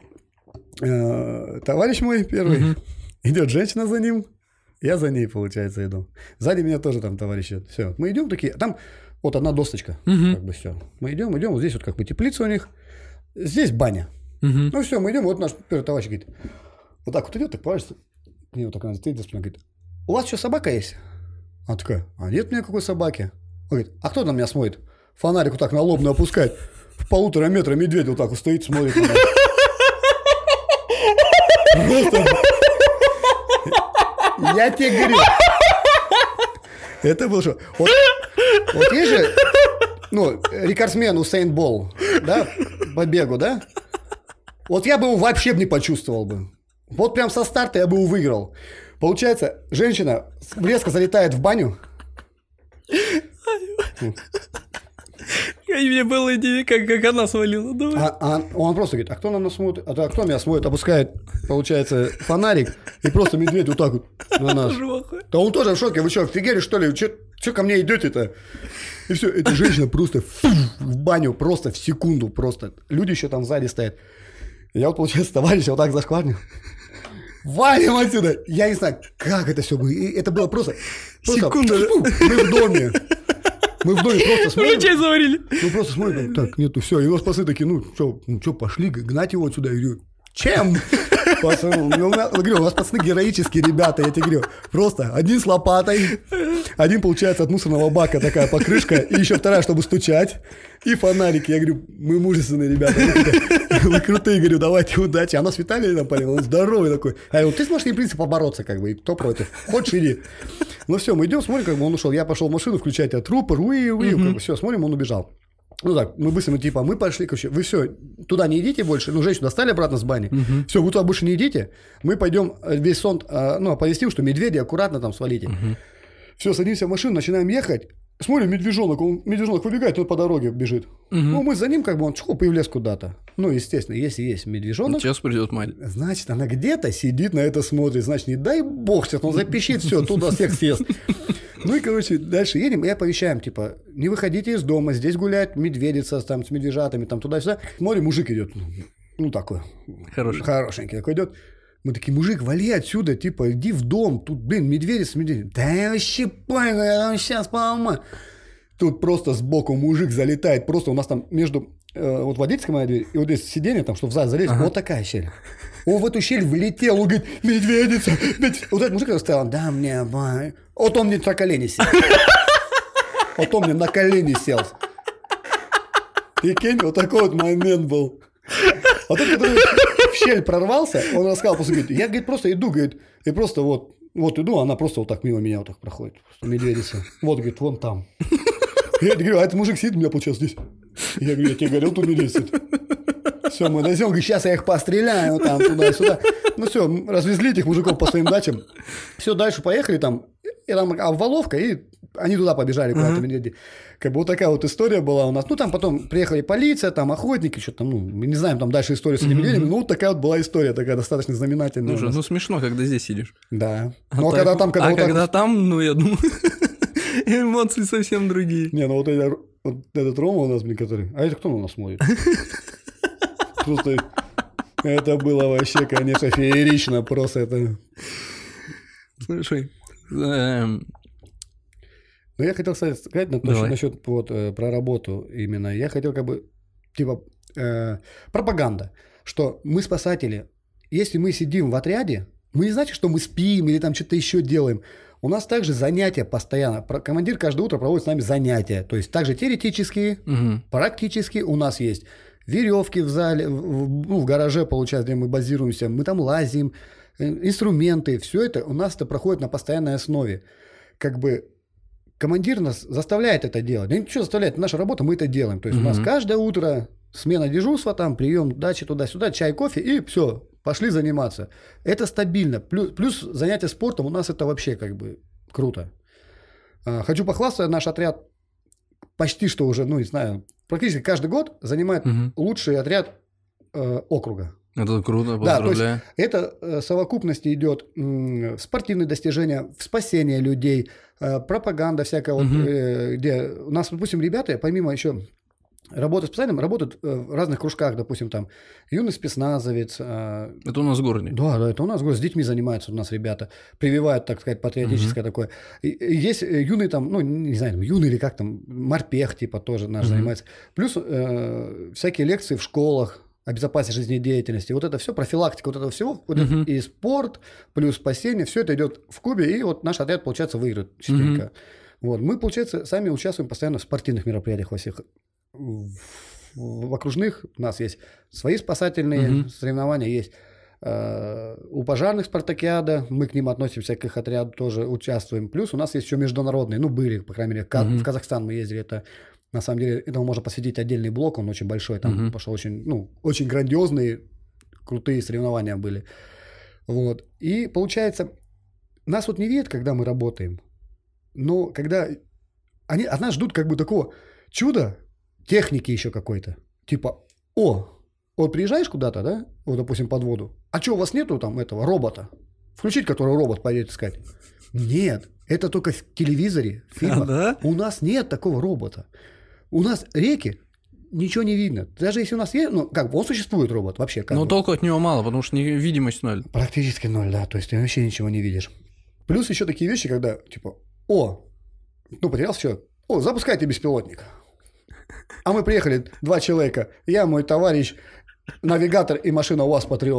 э, товарищ мой первый, mm-hmm. идет женщина за ним. Я за ней, получается, иду. Сзади меня тоже там товарищи. Все. Мы идем такие. Там вот одна досточка. Uh-huh. Как бы все. Мы идем, идем. Вот здесь вот как бы теплица у них. Здесь баня. Uh-huh. Ну все, мы идем. Вот наш первый товарищ говорит. Вот так вот идет, так поворачивается. К ней вот так она стоит за спиной. Говорит, у вас что, собака есть? Она такая, а нет у меня какой собаки. Он говорит, а кто на меня смотрит? Фонарик вот так на лобную опускает. В полутора метра медведь вот так вот стоит, смотрит на нас. Просто... Я тебе говорю, это был что? Вот, вот есть же, ну, рекордсмен Усейн Болт, да, по бегу, да? Вот я бы его вообще не почувствовал бы. Вот прям со старта я бы его выиграл. Получается, женщина резко залетает в баню. И мне было идея, как, как она свалила. А, а он просто говорит, а кто на нас смотрит? А, а кто меня смотрит? Опускает, получается, фонарик, и просто медведь вот так вот на нас. Да он тоже в шоке. Вы что, офигели, что ли? Что ко мне идете-то? И все, эта женщина просто фу, в баню, просто в секунду, просто. Люди еще там сзади стоят. Я вот, получается, товарища вот так зашкварнил. Валим отсюда! Я не знаю, как это все было. Это было просто... просто секунда. Мы в доме. Мы в доме просто смотрим. Мы чай заварили. Мы просто смотрим, так, нету, все. И его спасы такие, ну, что, ну, что, пошли, гнать его отсюда. Я говорю, чем? Пацаны, ну, у нас, говорю, у нас пацаны героические ребята, я тебе говорю. Просто один с лопатой, один, получается, от мусорного бака такая покрышка, и еще вторая, чтобы стучать, и фонарики. Я говорю, мы мужественные ребята, вы, вы крутые, говорю, давайте удачи. А нас Виталий напалил, он здоровый такой. А я говорю, ты сможешь, в принципе, побороться, как бы, и кто против? Хочешь, иди. Ну все, мы идем, смотрим, как бы он ушел. Я пошел в машину, включать от рупор, уи, уи, как бы, все, смотрим, он убежал. Ну так, мы быстро, мы типа, мы пошли, короче, вы все, туда не идите больше, ну, женщину достали обратно с бани, uh-huh. все, вы туда больше не идите, мы пойдем весь сон, ну, оповестим, что медведи аккуратно там свалите. Uh-huh. Все, садимся в машину, начинаем ехать, смотрим, медвежонок, он, медвежонок выбегает, он по дороге бежит. Uh-huh. Ну, мы за ним, как бы, он чухал, появлясь куда-то. Ну, естественно, если есть медвежонок. Сейчас придет мать. Значит, она где-то сидит на это смотрит, значит, не дай бог, сейчас он запищит, все, туда всех съест. Ну и, короче, дальше едем и оповещаем, типа, не выходите из дома, здесь гуляет медведица там, с медвежатами, там туда-сюда. Смотрим, мужик идет, ну такой, Хороший. хорошенький такой идет. Мы такие, мужик, вали отсюда, типа, иди в дом, тут, блин, медведица, медведица. Да я вообще понял, я там сейчас поломаю. Тут просто сбоку мужик залетает, просто у нас там между, э, вот водительская моя дверь, и вот здесь сиденье, там, чтобы в зал залезть, ага. вот такая щель. Он в эту щель влетел, он говорит, медведица, медведица. Вот этот мужик стоял, да мне, бай. Вот он мне на колени сел. Вот он мне на колени сел. Прикинь, вот такой вот момент был. А тот, который в щель прорвался, он рассказал, после говорит, я, говорит, просто иду, говорит, и просто вот, вот иду, она просто вот так мимо меня вот так проходит, медведица. Вот, говорит, вон там. Я говорю, а этот мужик сидит у меня, получается, здесь. Я говорю, я тебе говорил, тут медведица. Все, мы дойдем, говорит, сейчас я их постреляю там туда-сюда. Ну все, развезли этих мужиков по своим дачам. Все, дальше поехали там, и там обваловка, и они туда побежали куда-то, медведи. Как бы вот такая вот история была у нас. Ну там потом приехали полиция, там охотники, что-то там, ну, мы не знаем там дальше историю с этими медведями, но вот такая вот была история, такая достаточно знаменательная. Слушай, ну смешно, когда здесь сидишь. Да. Но когда там, когда А вот когда там, ну я думаю, эмоции совсем другие. Не, ну вот этот Рома у нас, блин, который... А это кто у нас смотрит? Просто это было вообще, конечно, феерично, просто это... Слушай, эм... ну я хотел сказать, сказать насчет, насчет вот, э, про работу именно. Я хотел как бы, типа, э, пропаганда, что мы спасатели. Если мы сидим в отряде, мы не значит, что мы спим или там что-то еще делаем. У нас также занятия постоянно. Командир каждое утро проводит с нами занятия. То есть также теоретические, угу. практические у нас есть. Веревки в зале, в, ну, в гараже, получается, где мы базируемся, мы там лазим, инструменты, все это у нас это проходит на постоянной основе. Как бы командир нас заставляет это делать. Да ничего заставляет, это наша работа, мы это делаем. То есть mm-hmm. у нас каждое утро смена дежурства, там, прием дачи туда-сюда, чай, кофе, и все, пошли заниматься. Это стабильно. Плюс, плюс занятия спортом у нас это вообще как бы круто. А, хочу похвастаться, наш отряд почти что уже, ну не знаю, практически каждый год занимает угу. лучший отряд э, округа. Это круто, поздравляю. Да, то есть это э, совокупности идет э, в спортивные достижения, в спасение людей, э, пропаганда всякая, угу. вот, э, где у нас, допустим, ребята, помимо еще работы с специальным, работают э, в разных кружках, допустим, там юный спецназовец. Э, это у нас в городе? Да, да, это у нас в городе, с детьми занимаются у нас ребята, прививают, так сказать, патриотическое угу. такое. И, и есть юный там, ну, не знаю, там, юный или как там, морпех типа тоже наш угу. занимается. Плюс э, всякие лекции в школах о безопасности жизнедеятельности. Вот это все, профилактика вот этого всего, вот uh-huh. это и спорт, плюс спасение, все это идет в кубе, и вот наш отряд, получается, выиграет частенько. Uh-huh. Вот. Мы, получается, сами участвуем постоянно в спортивных мероприятиях во всех. В, в окружных у нас есть свои спасательные uh-huh. соревнования, есть э, у пожарных спартакиада, мы к ним относимся, к их отряду тоже участвуем. Плюс у нас есть еще международные, ну, были, по крайней мере, uh-huh. в Казахстан мы ездили, это... На самом деле, этому можно посвятить отдельный блок, он очень большой, там uh-huh. пошел очень, ну, очень грандиозные, крутые соревнования были. Вот. И получается, нас вот не видят, когда мы работаем, но когда они от нас ждут как бы такого чуда, техники еще какой-то. Типа, о, вот приезжаешь куда-то, да, вот, допустим, под воду, а что, у вас нету там этого робота? Включить, который робот поедет искать? Нет, это только в телевизоре, в фильмах. А, да? У нас нет такого робота. У нас реки, ничего не видно. Даже если у нас есть, ну, как бы он существует, робот, вообще. Но бы. толку от него мало, потому что видимость ноль. Практически ноль, да, то есть ты вообще ничего не видишь. Плюс еще такие вещи, когда, типа, о, ну, потерялся все, о, запускайте беспилотник. А мы приехали, два человека, я, мой товарищ, навигатор и машина УАЗ Патриот.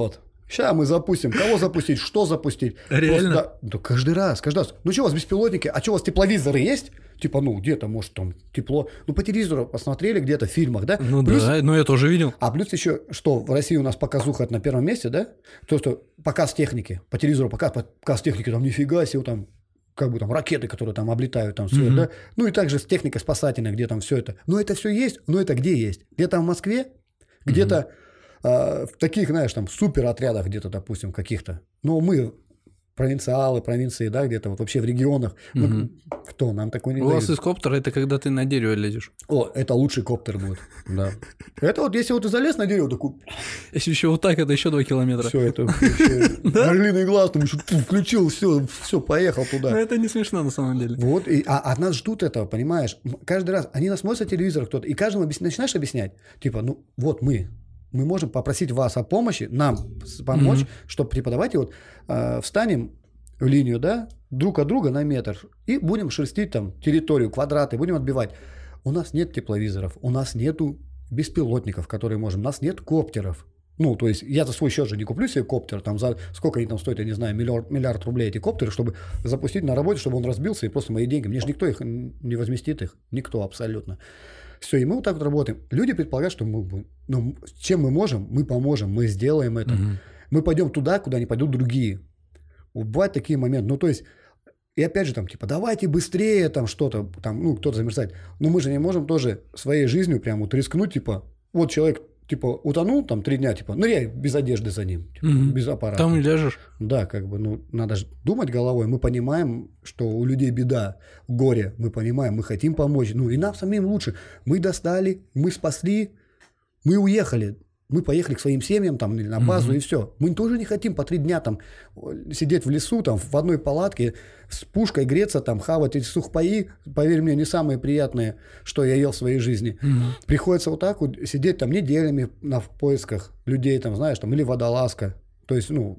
Сейчас мы запустим. Кого запустить? Что запустить? Реально? Просто, да, да каждый раз, каждый раз. Ну что у вас беспилотники? А что у вас тепловизоры есть? Типа, ну, где-то, может, там тепло. Ну, по телевизору посмотрели где-то в фильмах, да? Ну плюс, да, ну я тоже видел. А плюс еще, что в России у нас показуха на первом месте, да? То, что показ техники. По телевизору показ, показ техники, там нифига себе, там как бы там ракеты, которые там облетают, там все, mm-hmm. да? Ну и также с техникой спасательной, где там все это. Но это все есть, но это где есть? Где-то в Москве, где-то mm-hmm. э, в таких, знаешь, там суперотрядах где-то, допустим, каких-то. Но мы провинциалы, провинции, да, где-то вот вообще в регионах. Mm-hmm. Мы, кто? Нам такой не У дают. вас из коптера это когда ты на дерево лезешь. О, это лучший коптер будет, да. Это вот, если вот ты залез на дерево, такой... Если еще вот так, это еще два километра. Все, это орлиный глаз, там еще включил, все, все, поехал туда. Но это не смешно на самом деле. Вот, и, а от нас ждут этого, понимаешь? Каждый раз, они нас смотрят по телевизору, кто-то, и каждому объяс... начинаешь объяснять, типа, ну, вот мы, мы можем попросить вас о помощи, нам помочь, mm-hmm. чтобы, типа, давайте вот э, встанем в линию, да, друг от друга на метр, и будем шерстить там территорию, квадраты, будем отбивать. У нас нет тепловизоров, у нас нету беспилотников, которые можем, у нас нет коптеров. Ну, то есть, я за свой счет же не куплю себе коптер, там, за сколько они там стоят, я не знаю, миллиард, миллиард рублей эти коптеры, чтобы запустить на работе, чтобы он разбился, и просто мои деньги. Мне же никто их не возместит, их, никто абсолютно. Все, и мы вот так вот работаем. Люди предполагают, что мы, ну, чем мы можем, мы поможем, мы сделаем это. Угу. Мы пойдем туда, куда не пойдут другие. Бывают такие моменты. Ну, то есть, и опять же, там, типа, давайте быстрее, там, что-то, там, ну, кто-то замерзает. Но мы же не можем тоже своей жизнью прям вот рискнуть, типа, вот человек, типа, утонул, там, три дня, типа, ныряй без одежды за ним, типа, угу. без аппарата. Там и ляжешь. Да, как бы, ну, надо же думать головой. Мы понимаем, что у людей беда, горе, мы понимаем, мы хотим помочь. Ну, и нам самим лучше. Мы достали, мы спасли, мы уехали. Мы поехали к своим семьям там, на базу, mm-hmm. и все. Мы тоже не хотим по три дня там сидеть в лесу, там, в одной палатке с пушкой греться, там, хавать эти сухпаи. Поверь мне, не самые приятные, что я ел в своей жизни. Mm-hmm. Приходится вот так вот сидеть там неделями на, в поисках людей, там, знаешь, там, или водолазка. То есть, ну,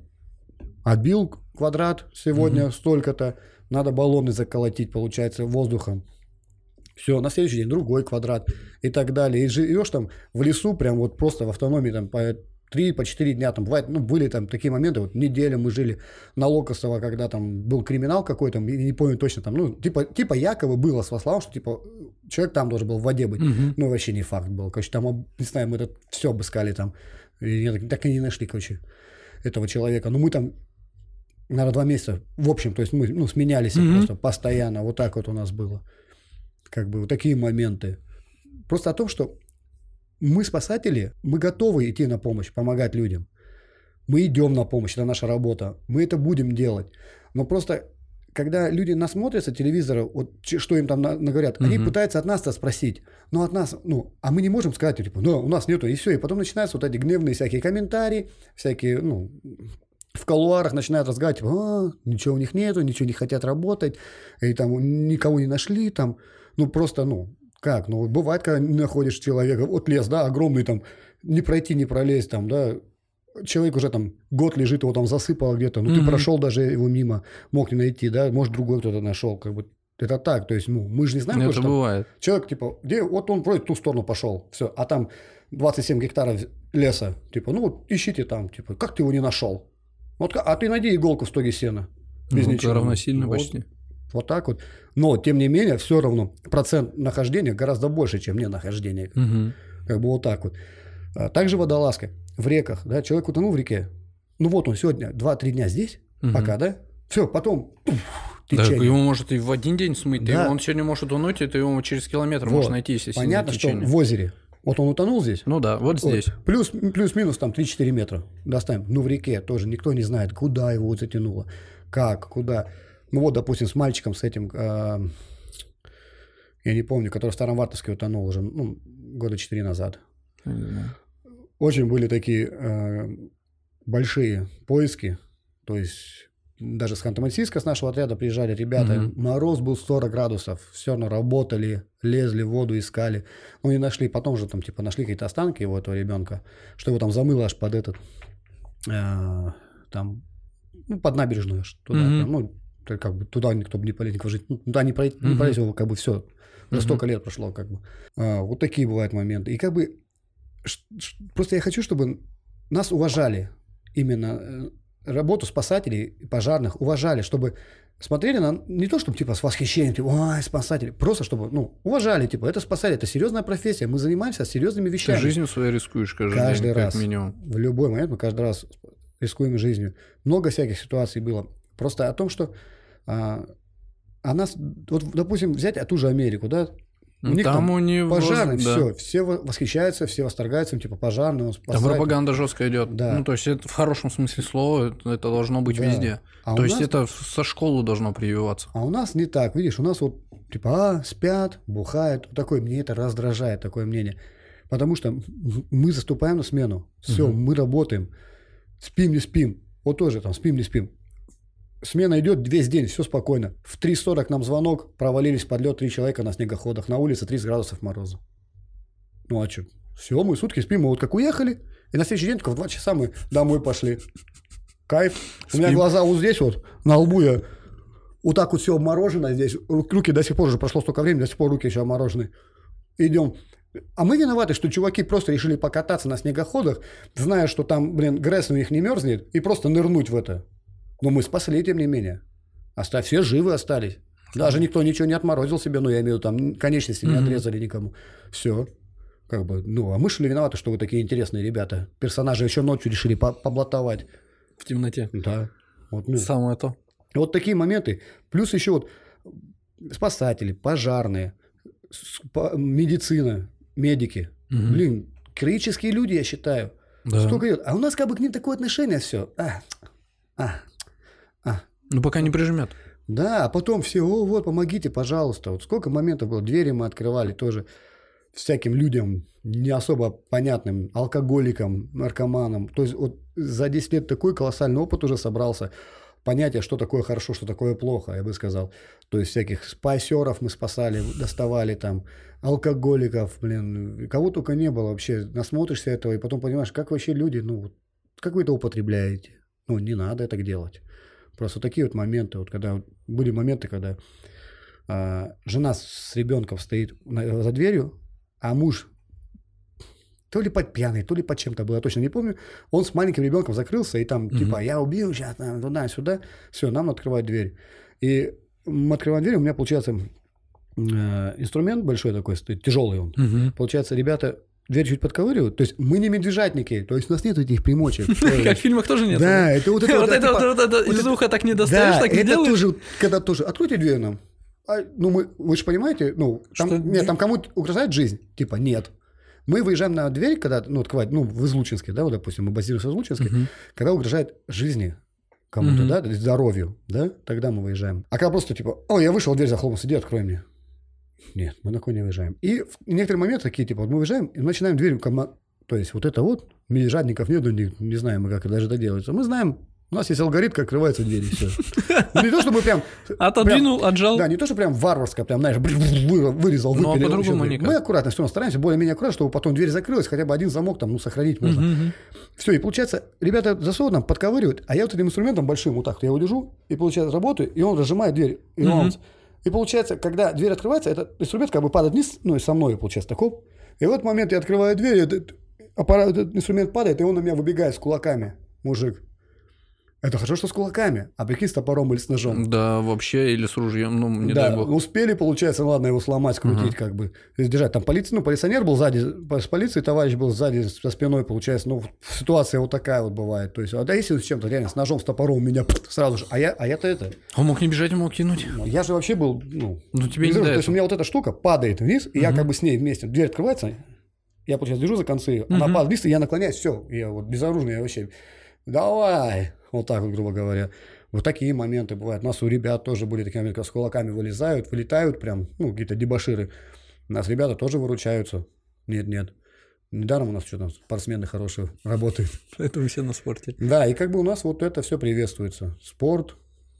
отбил квадрат сегодня mm-hmm. столько-то, надо баллоны заколотить, получается, воздухом. Все, на следующий день другой квадрат и так далее. И живешь там в лесу, прям вот просто в автономии там по три, по четыре дня. Там бывает, ну, были там такие моменты, вот неделю мы жили на Локосово, когда там был криминал какой-то, не помню точно там, ну, типа, типа якобы было, по словам, что типа человек там должен был в воде быть. Угу. Ну, вообще не факт был. Короче, там, не знаю, мы это все обыскали там. И так и не нашли, короче, этого человека. Но мы там, наверное, два месяца, в общем, то есть мы, ну, сменялись угу. просто постоянно. Вот так вот у нас было. Как бы вот такие моменты. Просто о том, что мы спасатели, мы готовы идти на помощь, помогать людям. Мы идем на помощь, это наша работа. Мы это будем делать. Но просто, когда люди насмотрятся телевизора, вот что им там наговорят, угу. они пытаются от нас-то спросить. Но от нас, ну, а мы не можем сказать, типа, ну, у нас нету, и все. И потом начинаются вот эти гневные всякие комментарии, всякие, ну, в кулуарах начинают разговаривать, типа, а, ничего у них нету, ничего не хотят работать, и там никого не нашли, там. Ну, просто, ну, как? Ну, бывает, когда находишь человека, вот лес, да, огромный, там, не пройти, не пролезть, там, да, человек уже там год лежит, его там засыпало где-то, ну, mm-hmm. ты прошел даже его мимо, мог не найти, да, может, другой кто-то нашел, как бы, это так, то есть, ну, мы же не знаем, это что бывает. Там, человек, типа, где, вот он вроде в ту сторону пошел, все, а там двадцать семь гектаров леса, типа, ну, вот ищите там, типа, как ты его не нашел? Вот, а ты найди иголку в стоге сена, без ну, ничего. Равносильно вот. Почти. Вот так вот. Но, тем не менее, все равно процент нахождения гораздо больше, чем ненахождение. Угу. Как бы вот так вот. А также водолазка в реках. Да, человек утонул в реке. Ну вот он сегодня два-три дня здесь, угу. пока, да? Все, потом туф, течение. Да, его может и в один день смыть. Да. Он сегодня может утонуть, это его через километр вот. Можно найти, если понятно, что в озере. Вот он утонул здесь. Ну да, вот здесь. Вот. Плюс, плюс-минус там три-четыре метра достанем. Ну в реке тоже никто не знает, куда его затянуло, как, куда. Ну вот, допустим, с мальчиком, с этим, э, я не помню, который в Старом-Вартовске утонул уже, ну, года четыре назад. Mm-hmm. Очень были такие э, большие поиски, то есть даже с Ханты-Мансийска, с нашего отряда приезжали ребята, mm-hmm. мороз был сорок градусов, все равно работали, лезли в воду, искали, ну, не нашли, потом же там, типа, нашли какие-то останки его, этого ребенка, что его там замыло аж под этот, э, там, ну, под набережную аж туда, mm-hmm. там, ну, как бы туда никто бы не полез, никого жить, ну, туда не пройти, не пройти, uh-huh. как бы все, уже uh-huh. столько лет прошло, как бы. А, вот такие бывают моменты. И как бы ш- ш- просто я хочу, чтобы нас уважали. именно работу спасателей и пожарных уважали, чтобы смотрели на не то, чтобы типа с восхищением, типа, ой, спасатели, просто чтобы, ну, уважали, типа, это спасатели, это серьезная профессия, мы занимаемся серьезными вещами. Ты жизнью своей рискуешь каждый, каждый день, раз, как минимум. В любой момент мы каждый раз рискуем жизнью. Много всяких ситуаций было. Просто о том, что а, а нас, вот, допустим, взять ту же Америку, да, у них там, там у них пожарные, воз... все, да. все восхищаются, все восторгаются, типа пожарные, он спасает. Там пропаганда жесткая идет. Да. Ну, то есть это в хорошем смысле слова, это, это должно быть да. везде. А то есть нас... это со школы должно прививаться. А у нас не так, видишь, у нас вот типа, а, спят, бухают, вот такое, мне это раздражает, такое мнение. Потому что мы заступаем на смену, все, угу. мы работаем, спим, не спим, вот тоже там спим, не спим. Смена идет весь день, все спокойно. В три сорок нам звонок, провалились под лед три человека на снегоходах, на улице тридцать градусов мороза. Ну а что? Все, мы сутки спим, мы вот как уехали, и на следующий день только в два часа мы домой пошли. Кайф. Спим. У меня глаза вот здесь вот, на лбу я вот так вот все обморожено здесь. Руки до сих пор, уже прошло столько времени, до сих пор руки еще обморожены. Идем. А мы виноваты, что чуваки просто решили покататься на снегоходах, зная, что там, блин, грязь у них не мерзнет, и просто нырнуть в это. Но мы спасли, тем не менее. Оставь, все живы остались. Даже никто ничего не отморозил себе, ну, я имею в виду, там, конечности не отрезали никому. Все. Как бы, ну, а мы что ли виноваты, что вы такие интересные ребята? Персонажи еще ночью решили поблатовать. В темноте. Да. Вот, ну. Самое то. Вот такие моменты. Плюс еще вот спасатели, пожарные, медицина, медики. Угу. Блин, героические люди, я считаю. Да. Столько идет. А у нас как бы к ним такое отношение все. А, а. А. Ну, пока не прижмет. Да, а потом все, о, вот, помогите, пожалуйста. Вот сколько моментов было, двери мы открывали тоже всяким людям, не особо понятным, алкоголикам, наркоманам. То есть вот за десять лет такой колоссальный опыт уже собрался, понятие, что такое хорошо, что такое плохо, я бы сказал. То есть всяких спасеров мы спасали, доставали там, алкоголиков, блин, кого только не было вообще. Насмотришься этого и потом понимаешь, как вообще люди, ну, как вы это употребляете. Ну, не надо это делать. Просто такие вот моменты, вот когда были моменты, когда а, жена с ребенком стоит на, за дверью, а муж то ли под пьяный, то ли под чем-то было, я точно не помню, он с маленьким ребенком закрылся, и там, mm-hmm. типа, я убил сейчас, там, туда-сюда, все, нам открывают дверь. И мы открываем дверь, у меня получается э, инструмент большой такой, тяжелый он. Mm-hmm. Получается, ребята дверь чуть подковыривают, то есть мы не медвежатники, то есть у нас нет этих примочек. Как в фильмах тоже нет. Да, это вот это вот это из уха так не достаешь, так не делаешь. Это тоже, когда тоже, откройте дверь нам. Ну, мы, вы же понимаете, ну, нет, там кому-то угрожает жизнь? Типа, нет. Мы выезжаем на дверь, когда, ну, открывать, ну, в Излучинске, да, вот, допустим, мы базируемся в Излучинске, uh-huh. когда угрожает жизни кому-то, uh-huh. да, здоровью, да, тогда мы выезжаем. А когда просто, типа, о, я вышел, дверь захлопнулась, иди, открой мне. Нет, мы на такой не выезжаем. И в некоторые моменты такие, типа, вот мы выезжаем и начинаем дверь, то есть вот это вот, медвежатников нету, не, не знаем мы, как даже это делается. Мы знаем, у нас есть алгоритм, как открываются двери, все. Не то, чтобы прям... Отодвинул, отжал. Да, не то, что прям варварско, прям, знаешь, вырезал, выпилил. Но по-другому никак. Мы аккуратно все стараемся, более-менее аккуратно, чтобы потом дверь закрылась, хотя бы один замок там, ну, сохранить можно. Uh-huh. Все, и получается, ребята засовывают нам, подковыривают, а я вот этим инструментом большим вот так, я его держу, и получается, работаю, и он разжимает дверь. И, uh-huh. он, и получается, когда дверь открывается, этот инструмент как бы падает вниз, ну, и со мной, получается, такой. И в этот момент я открываю дверь, этот, аппарат, этот инструмент падает, и он на меня выбегает с кулаками, мужик. Это хорошо, что с кулаками, а прикинь, с топором или с ножом. Да, вообще, или с ружьем, ну, не да, дай бог. Успели, получается, ладно, его сломать, скрутить, uh-huh. как бы, держать. Там полиция, ну, полиционер был сзади, с полицией товарищ был сзади, со спиной, получается, ну, ситуация вот такая вот бывает. То есть, а да, если с чем-то, реально, с ножом, с топором меня сразу же, а я, а я-то это... Он мог не бежать, он мог кинуть. Я же вообще был, ну... Ну, тебе не То дает. есть, у меня вот эта штука падает вниз, и uh-huh. я как бы с ней вместе, дверь открывается, я, получается, держу за концы, uh-huh. она падает вниз, и я наклоняюсь, все, я вот безоружный, я вообще... Давай, вот так вот, грубо говоря. Вот такие моменты бывают. У нас у ребят тоже были такие моменты, когда с кулаками вылезают, вылетают прям, ну, какие-то дебоширы. У нас ребята тоже выручаются. Нет-нет. Недаром у нас что-то спортсмены хорошие работают. Это все на спорте. Да, и как бы у нас вот это все приветствуется. Спорт,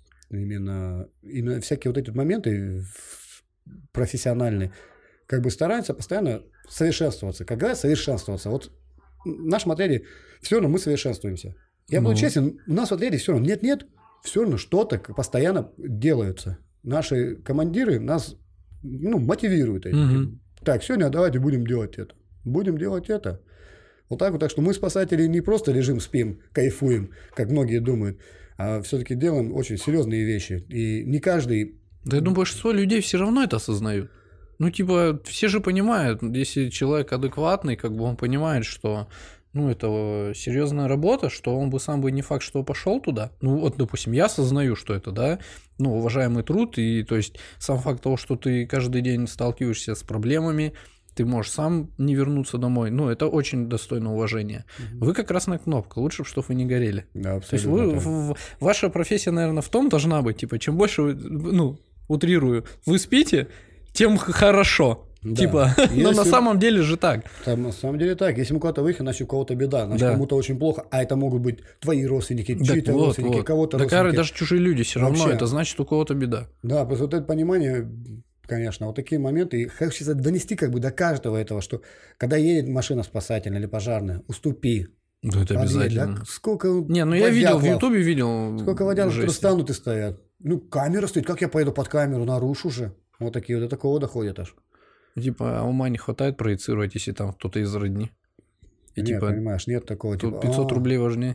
именно, именно всякие вот эти моменты профессиональные, как бы стараются постоянно совершенствоваться. Как говорят, совершенствоваться. Вот в нашем отряде все равно мы совершенствуемся. Я ну. буду честен, у нас в отряде все равно нет-нет, все равно что-то постоянно делаются. Наши командиры нас, ну, мотивируют этим. Угу. Так, сегодня давайте будем делать это. Будем делать это. Вот так вот. Так что мы, спасатели, не просто лежим, спим, кайфуем, как многие думают, а все-таки делаем очень серьезные вещи. И не каждый... Да я думаю, большинство людей все равно это осознают. Ну, типа, все же понимают, если человек адекватный, как бы он понимает, что, ну, это серьезная работа, что он бы сам бы не факт, что пошел туда. Ну, вот, допустим, я осознаю, что это, да, ну, уважаемый труд, и, то есть, сам факт того, что ты каждый день сталкиваешься с проблемами, ты можешь сам не вернуться домой. Ну, это очень достойно уважения. Угу. Вы как красная кнопка. Лучше, чтобы вы не горели. Да, абсолютно. То есть вы, в, ваша профессия, наверное, в том должна быть, типа, чем больше вы, ну, утрирую, вы спите, тем хорошо. Да. Типа, если... но на самом деле же так. Там, на самом деле так. Если мы куда-то выехали, значит, у кого-то беда, значит, да. кому-то очень плохо, а это могут быть твои родственники, так чьи-то вот, родственники, вот. кого-то да, родственники. Даже чужие люди все равно, Вообще. Это значит, у кого-то беда. Да, просто вот это понимание... Конечно, вот такие моменты. И хочется донести как бы до каждого этого, что когда едет машина спасательная или пожарная, уступи. Да, это подъедь, обязательно. Да? Сколько Не, ну я видел, в Ютубе видел. Сколько водян, которые станут и стоят. Ну, камера стоит, как я поеду под камеру, нарушу уже. Вот такие вот до такого доходят аж. Типа, а ума не хватает проецировать, если там кто-то из родни? И, нет, типа, понимаешь, нет такого. Тут пятьсот рублей важнее.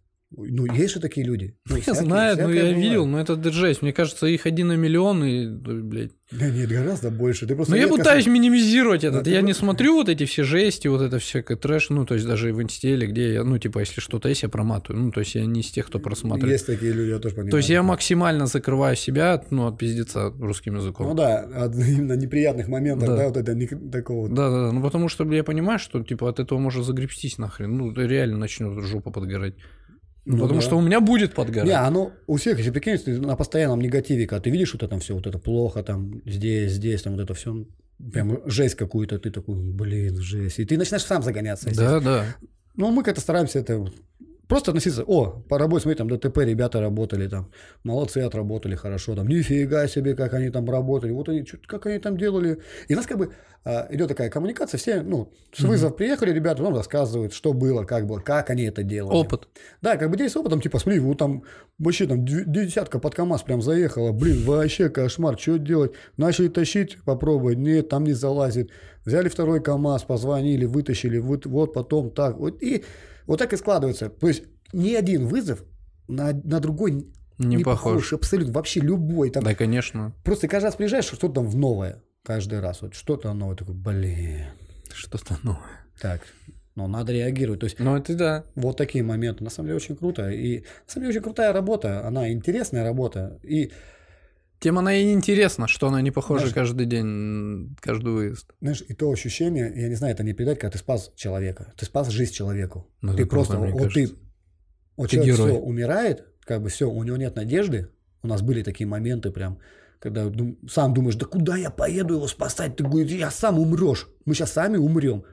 Ну, есть же такие люди. Ну, я всякие, знаю, но я бывает. видел, но это жесть. Мне кажется, их один на миллион, и, блядь. Да нет, гораздо больше. Ты просто но я пытаюсь минимизировать это. Да, я ты... не смотрю вот эти все жести, вот это всякое трэш, ну, то есть даже в инстеле, где я, ну, типа, если что-то есть, я проматываю. Ну, то есть я не из тех, кто просматривает. Есть такие люди, я тоже понимаю. То есть я максимально закрываю себя, ну, от пиздеца русским языком. Ну да, от именно неприятных моментов, да, да вот это не, такого. Да, да, да, ну, потому что я понимаю, что, типа, от этого может загребстись нахрен. Ну, реально начнет жопа подгорать. Ну, потому да. что у меня будет подгорать. Не, оно у всех, если прикинь, ты на постоянном негативе, когда ты видишь вот это все, вот это плохо, там, здесь, здесь, там, вот это все, прям жесть какую-то, ты такой, блин, жесть. И ты начинаешь сам загоняться. Да, да. Ну, мы как-то стараемся это... Просто относиться, о, по работе, смотри, там ДТП ребята работали, там, молодцы, отработали хорошо, там, нифига себе, как они там работали, вот они, как они там делали. И у нас как бы а, идет такая коммуникация, все, ну, с вызов mm-hmm. приехали ребята, нам рассказывают, что было, как было, как они это делали. Опыт. Да, как бы здесь с опытом, типа, смотри, вот там вообще там десятка под КамАЗ прям заехала, блин, вообще кошмар, что делать? Начали тащить, попробовать, нет, там не залазит. Взяли второй КамАЗ, позвонили, вытащили, вот, вот потом так, вот, и... Вот так и складывается. То есть ни один вызов на, на другой не, не похож. похож. Абсолютно. Вообще любой. Там, да, конечно. Просто каждый раз приезжаешь, что-то там в новое. Каждый раз. Вот что-то новое. Такой, блин. Что-то новое. Так. Но надо реагировать. То есть, ну, это да. Вот такие моменты. На самом деле очень круто. И на самом деле очень крутая работа. Она интересная работа. И тем она и интересна, что она не похожа знаешь, каждый день, каждый выезд. Знаешь, и то ощущение, я не знаю, это не передать, когда ты спас человека, ты спас жизнь человеку. Ну, ты просто, круто, вот ты, вот ты человек герой. все умирает, как бы все, у него нет надежды. У нас были такие моменты прям, когда дум, сам думаешь, да куда я поеду его спасать? Ты говоришь, я сам умрешь, мы сейчас сами умрем.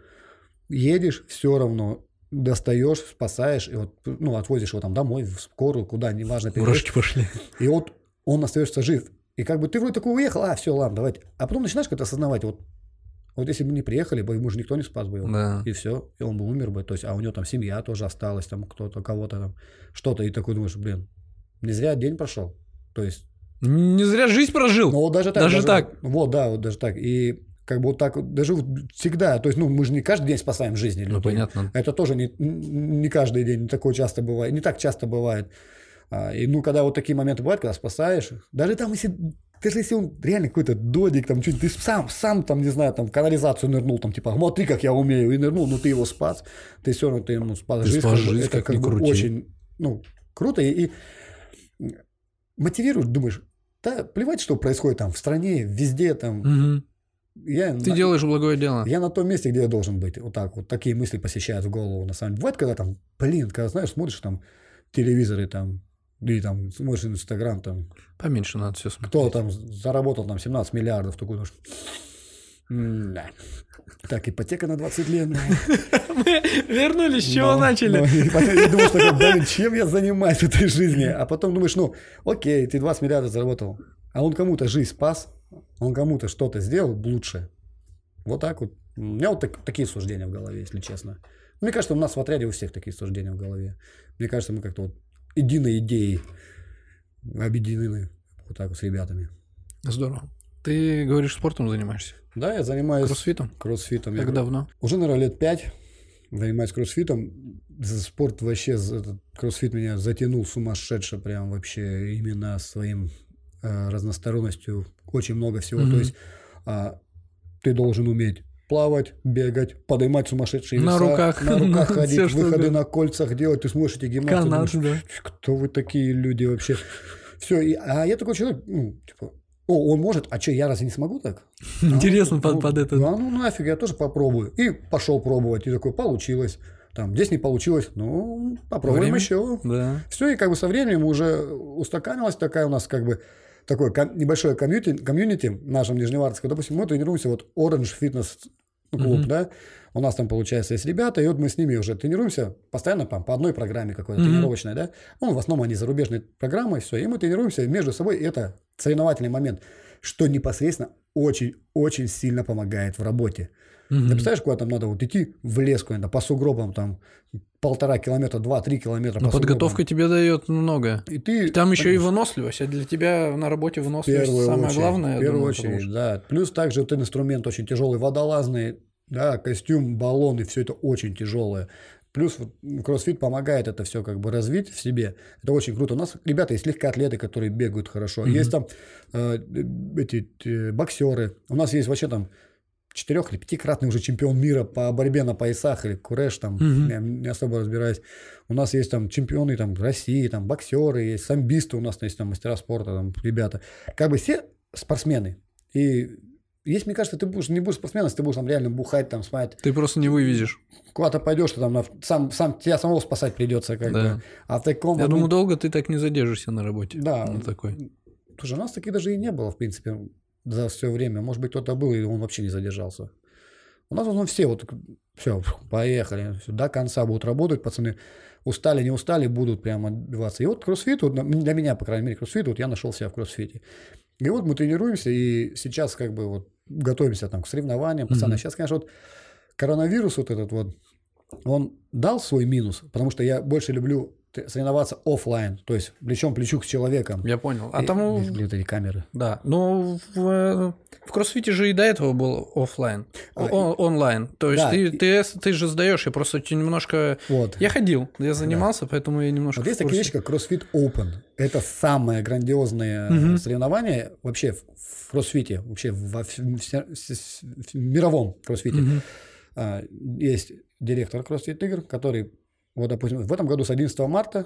Едешь, все равно достаешь, спасаешь, и вот, ну, отвозишь его там домой, в скорую, куда, неважно. Мурашки пошли. И вот он остается жив. И как бы ты вроде такой уехал, а, все, ладно, давайте. А потом начинаешь как-то осознавать, вот, вот если бы не приехали, бы ему же никто не спас бы его. Да. И все, и он бы умер бы. То есть, а у него там семья тоже осталась, там кто-то, кого-то там, что-то. И такой думаешь, блин, не зря день прошел. То есть... Не зря жизнь прожил. Ну, вот даже так. Даже, даже так. Вот, да, вот даже так. И как бы вот так вот, даже вот всегда, то есть, ну, мы же не каждый день спасаем жизни людей. Ну, понятно. Это тоже не, не каждый день, не такое часто бывает, не так часто бывает. И, ну, когда вот такие моменты бывают, когда спасаешь, даже там, если, даже если он реально какой-то додик, там, что-нибудь, ты сам, сам, там, не знаю, там, в канализацию нырнул, там, типа, смотри, как я умею, и нырнул, но ты его спас, ты все равно, ты ему спас ты жизнь. Спас как жизнь, это как, как ни бы крути. Очень, ну, круто, и, и мотивирует, думаешь, да, плевать, что происходит там в стране, везде, там. Угу. Я, ты на, делаешь благое дело. Я на том месте, где я должен быть. Вот так вот. Такие мысли посещают в голову. На самом деле. Бывает, когда там, блин, когда, знаешь, смотришь там телевизоры, там, или там смотришь Инстаграм, там. Поменьше надо все смотреть. Кто там заработал там семнадцать миллиардов, такой думаешь. Да. Так, ипотека на двадцать лет. Мы вернулись, с чего начали. Я думал, что, блин, чем я занимаюсь в этой жизни? А потом думаешь, ну, окей, ты двадцать миллиардов заработал, а он кому-то жизнь спас, он кому-то что-то сделал лучше. Вот так вот. У меня вот так, такие суждения в голове, если честно. Мне кажется, у нас в отряде у всех такие суждения в голове. Мне кажется, мы как-то вот единой идеей объединены вот так вот с ребятами. Здорово. Ты говоришь, спортом занимаешься? Да, я занимаюсь кроссфитом. Кроссфитом. Как я... давно? Уже, наверное, лет пять. занимаюсь кроссфитом. Спорт вообще, этот кроссфит меня затянул сумасшедше, прям вообще именно своим э, разносторонностью. Очень много всего. Mm-hmm. То есть э, ты должен уметь плавать, бегать, поднимать сумасшедшие на веса, руках, на руках ходить, все, выходы на кольцах делать. Ты смотришь эти гимнасты, Канат, думаешь, да. кто вы такие люди вообще? Все, и, а я такой человек, ну, типа, о, он может, а что, я разве не смогу так? Интересно а, под, ну, под это. Да, ну нафиг, я тоже попробую. И пошел пробовать, и такой, получилось. Там, здесь не получилось, ну, попробуем Время? еще. Да. Все, и как бы со временем уже устаканилась такая у нас как бы такое ком- небольшое комьюнити, комьюнити в нашем Нижневартовском. Допустим, мы тренируемся, вот Orange Fitness клуб, mm-hmm. да, у нас там, получается, есть ребята, и вот мы с ними уже тренируемся постоянно там, по одной программе какой-то mm-hmm. тренировочной, да, ну, в основном они зарубежные программы, все, и мы тренируемся между собой, и это соревновательный момент, что непосредственно очень-очень сильно помогает в работе. Mm-hmm. Ты представляешь, куда там надо вот идти в лес куда-то, по сугробам, там, полтора километра, два-три километра Но по подготовка сугробам. тебе дает много. И ты, там еще конечно, и выносливость, а для тебя на работе выносливость самое очередь, главное. В первую думаю, очередь, что... да. Плюс также вот инструмент очень тяжелый, водолазный, да, костюм, баллоны, все это очень тяжелое. Плюс вот кроссфит помогает это все как бы развить в себе. Это очень круто. У нас ребята есть легкоатлеты, которые бегают хорошо. Mm-hmm. Есть там э, эти э, боксеры. У нас есть вообще там четырех- или пятикратный уже чемпион мира по борьбе на поясах, или куреш, там, mm-hmm. я не особо разбираюсь. У нас есть там чемпионы там, России, там, боксеры, есть самбисты, у нас есть там мастера спорта, там, ребята. Как бы все спортсмены. И если, мне кажется, ты будешь, не будешь спортсменом, если ты будешь там реально бухать, там, смотреть. Ты просто не вывезешь. Куда-то пойдешь, ты там на, сам, сам, тебя самого спасать придется. Как да. бы. А в таком Я момент... думаю, долго ты так не задержишься на работе. Да. На такой. Слушай, у нас таких даже и не было, в принципе, за все время. Может быть, кто-то был, и он вообще не задержался. У нас в основном все вот, все, поехали, все, до конца будут работать, пацаны устали, не устали, будут прямо отбиваться. И вот кроссфит, вот, для меня, по крайней мере, кроссфит, вот я нашел себя в кроссфите. И вот мы тренируемся, и сейчас как бы вот готовимся там к соревнованиям, пацаны. Mm-hmm. Сейчас, конечно, вот коронавирус вот этот вот, он дал свой минус, потому что я больше люблю соревноваться офлайн, то есть плечом к плечу с человеком. Я понял. А и, там... Где-то и камеры. Да, но в, в кроссфите же и до этого был офлайн, а, О, онлайн. То есть да, ты, и... ты, ты же сдаешь, я просто немножко... Вот. Я ходил, я занимался, да. Поэтому я немножко... Вот есть такие вещи, как CrossFit Open. Это самое грандиозное угу. соревнование вообще в, в кроссфите, вообще во, в, в, в, в мировом кроссфите. Угу. А, есть директор CrossFit игр, который... Вот, допустим, в этом году с одиннадцатого марта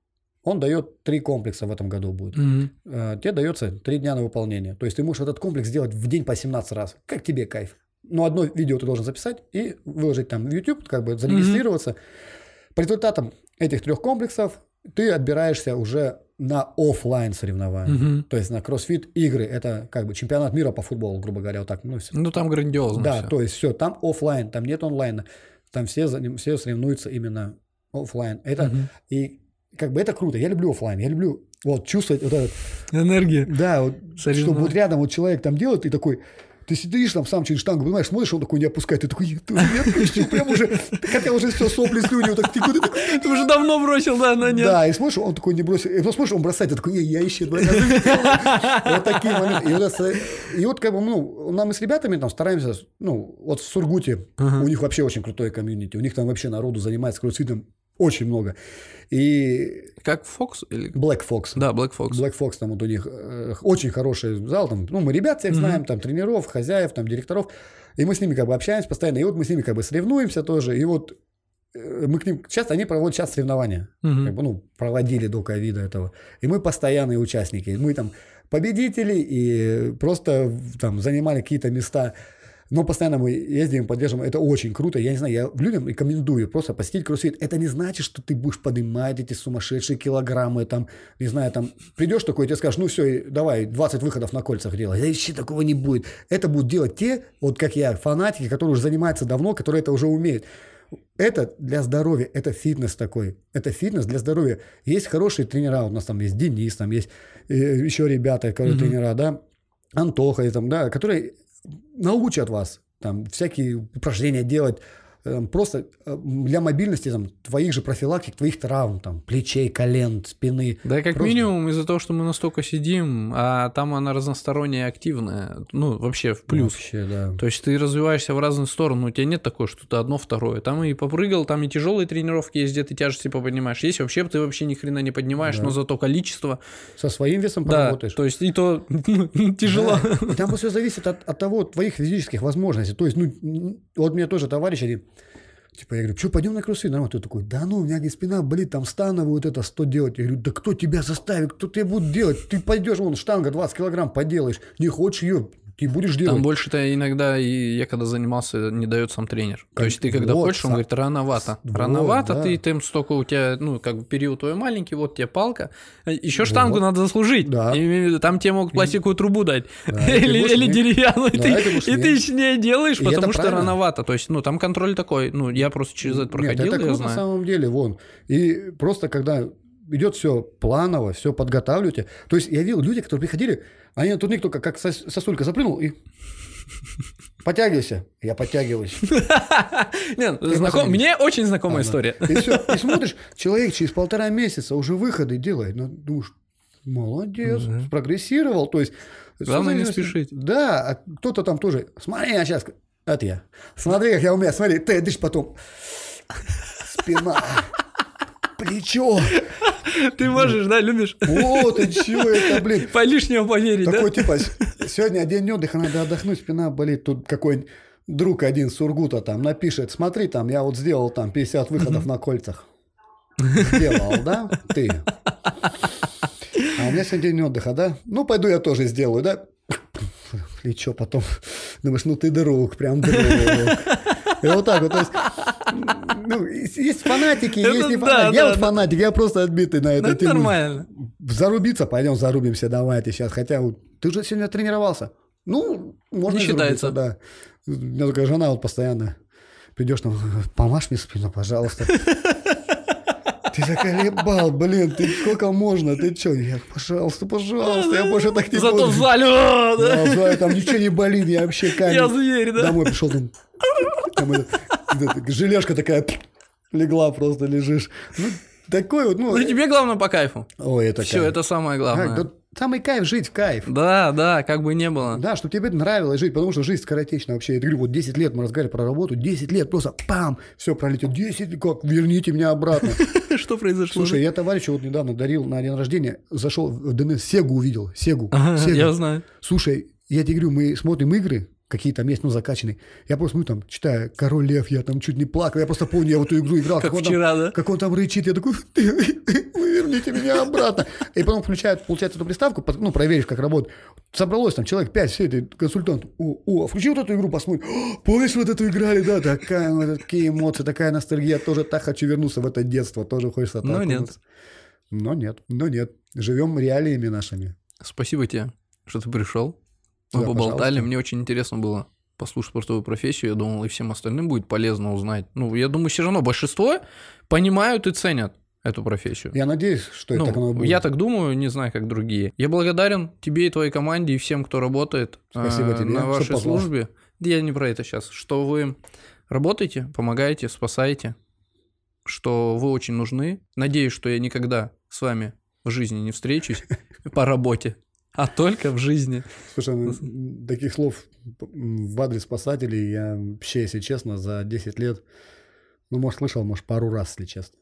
он дает три комплекса в этом году будет. Mm-hmm. Тебе дается три дня на выполнение. То есть ты можешь этот комплекс делать в день по семнадцать раз. Как тебе кайф? Но одно видео ты должен записать и выложить там в YouTube, как бы зарегистрироваться. Mm-hmm. По результатам этих трех комплексов ты отбираешься уже на офлайн соревнования. Mm-hmm. То есть на кроссфит игры. Это как бы чемпионат мира по футболу, грубо говоря, вот так. Ну, ну там грандиозно. Да, все. То есть все, там офлайн, там нет онлайна. Там все, все соревнуются именно офлайн. Это угу. и как бы это круто. Я люблю офлайн. Я люблю вот чувствовать вот этот энергию. Да, вот, чтобы вот рядом вот человек там делает и такой. Ты сидишь там сам через штангу, понимаешь, смотришь, он такой не опускает, ты такой, ты не прям уже, хотя уже все сопли, слюни, вот так ты куда ты ты уже давно бросил, да, но нет. Да, и смотришь, он такой не бросил, и смотришь, он бросает, ты такой, не, я еще два раза. Вот такие моменты. И вот как бы, ну, нам и с ребятами там стараемся, ну, вот в Сургуте у них вообще очень крутое комьюнити, у них там вообще народу занимается кроссфитом очень много. И... Как Fox? Или... Black Fox. Да, Black Fox. Black Fox, там вот у них э, очень хороший зал, там, ну, мы ребят всех mm-hmm. знаем, там, тренеров, хозяев, там, директоров, и мы с ними как бы общаемся постоянно, и вот мы с ними как бы соревнуемся тоже, и вот э, мы к ним, сейчас они проводят сейчас соревнования, mm-hmm. как бы, ну, проводили до ковида этого, и мы постоянные участники, мы там победители, и просто там занимали какие-то места. Но постоянно мы ездим, поддерживаем. Это очень круто. Я не знаю, я людям рекомендую просто посетить кроссфит. Это не значит, что ты будешь поднимать эти сумасшедшие килограммы. Там, не знаю, там придешь такой, тебе скажешь, ну все, давай двадцать выходов на кольцах делай. Да вообще такого не будет. Это будут делать те, вот как я, фанатики, которые уже занимаются давно, которые это уже умеют. Это для здоровья, это фитнес такой. Это фитнес для здоровья. Есть хорошие тренера. У нас там есть Денис, там есть еще ребята, которые mm-hmm. тренера, да, Антоха, там, да, которые... научат вас там всякие упражнения делать, там, просто для мобильности там, твоих же профилактик, твоих травм, там, плечей, колен, спины. Да, как просто... минимум из-за того, что мы настолько сидим, а там она разносторонняя, активная, ну, вообще в плюс. Вообще, да. То есть ты развиваешься в разные стороны, у тебя нет такого, что ты одно, второе. Там и попрыгал, там и тяжелые тренировки есть, где ты тяжести поподнимаешь. Есть вообще, ты вообще ни хрена не поднимаешь, да. но зато количество. Со своим весом да, поработаешь. То есть и то тяжело. Да. И там все зависит от, от того, твоих физических возможностей. То есть, ну, вот мне тоже товарищ один, типа, я говорю, что, пойдем на кроссфит? Нормально. Ты такой, да ну, у меня спина болит, там становую вот это сто делать. Я говорю, да кто тебя заставит, кто тебе будет делать? Ты пойдешь, вон, штанга двадцать килограмм поделаешь, не хочешь ее, ты будешь делать. Там больше-то иногда, и я когда занимался, не дает сам тренер. То есть ты когда вот, хочешь, он говорит, рановато. Вот, рановато, да. Ты там столько у тебя, ну, как бы период твой маленький, вот тебе палка. Еще вот. Штангу надо заслужить. Да. И, там тебе могут пластиковую трубу дать. Да, или или деревянную. Да, и ты, и ты с ней делаешь, и потому что правильно. Рановато. То есть, ну, там контроль такой. Ну, я просто через это проходил, Нет, это я круто знаю. На самом деле, вон. И просто когда идет все планово, все подготавливаете. То есть я видел люди, которые приходили, они тут никто как, как сосулька запрыгнул и подтягивайся. Я подтягиваюсь. Нет, знаком... Мне очень знакомая а, история. Да. И, все. И смотришь, человек через полтора месяца уже выходы делает. Ну, думаешь, молодец, угу. спрогрессировал. То есть, главное не спешить. Да, а кто-то там тоже. Смотри, а сейчас. Это я. Смотри, как я умею. Смотри, ты дышь потом. Спина. Плечо. Ты можешь, да, любишь? О, ты чего это, блин? По лишнему поверить, такой, да? Такой, типа, сегодня день отдыха, надо отдохнуть, спина болит. Тут какой-нибудь друг один Сургута там напишет, смотри, там, я вот сделал там пятьдесят выходов на кольцах. Сделал, да? Ты. А у меня сегодня день отдыха, да? Ну, пойду я тоже сделаю, да? И что потом? Думаешь, ну ты друг, прям друг. И вот так вот, то есть, ну, есть фанатики, это есть не фанатики. Да, я да, вот да. фанатик, я просто отбитый на эту тему. Нормально. Зарубиться, пойдем зарубимся, давайте сейчас. Хотя вот, ты уже сегодня тренировался. Ну, можно не считается. Да. У меня такая жена вот постоянно. Придешь там, помажь мне спину, пожалуйста. Ты заколебал, блин, ты сколько можно, ты что? Я, пожалуйста, пожалуйста, я больше так не буду. Зато в зале, да? Да, в зале там ничего не болит, я вообще камень. Я зверь, да? Домой пришел, там, там это, это, желешка такая легла, просто лежишь. Ну, такой вот, ну... Ну, тебе главное по кайфу. Ой, это все, это самое главное. А, да, самый кайф жить в кайф. Да, да, как бы не было. Да, чтобы тебе нравилось жить, потому что жизнь скоротечна вообще. Я говорю, вот десять лет мы разговаривали про работу, десять лет просто пам, все пролетит. десять, как, верните меня обратно. Что произошло? Слушай, я товарищу вот недавно дарил на день рождения, зашел в ДНС, Сегу увидел, Сегу. Я знаю. Слушай, я тебе говорю, мы смотрим игры, какие там есть, ну, закачанные. Я просто, ну, там, читаю «Король Лев», я там чуть не плакал, я просто помню, я в эту игру играл. Как, как вчера, он там, да? Как он там рычит, я такой, вы верните меня обратно. И потом включают, получается, эту приставку, ну, проверишь, как работает. Собралось там человек пять, все эти консультанты. О, о, включи вот эту игру, посмотрим. Помнишь, вот эту играли, да? Такая, вот, такие эмоции, такая ностальгия. Тоже так хочу вернуться в это детство, тоже хочется так. Но нет. Но нет, но нет. Живем реалиями нашими. Спасибо тебе, что ты пришел. Мы да, поболтали, пожалуйста. Мне очень интересно было послушать про твою профессию, я думал, и всем остальным будет полезно узнать. Ну, я думаю, все равно большинство понимают и ценят эту профессию. Я надеюсь, что ну, это так оно будет. Я так думаю, не знаю, как другие. Я благодарен тебе и твоей команде, и всем, кто работает Спасибо э, тебе, на вашей службе. Я не про это сейчас. Что вы работаете, помогаете, спасаете, что вы очень нужны. Надеюсь, что я никогда с вами в жизни не встречусь по работе. А только в жизни. Слушай, ну, таких слов в адрес спасателей я вообще, если честно, за десять лет, ну, может, слышал, может, пару раз, если честно.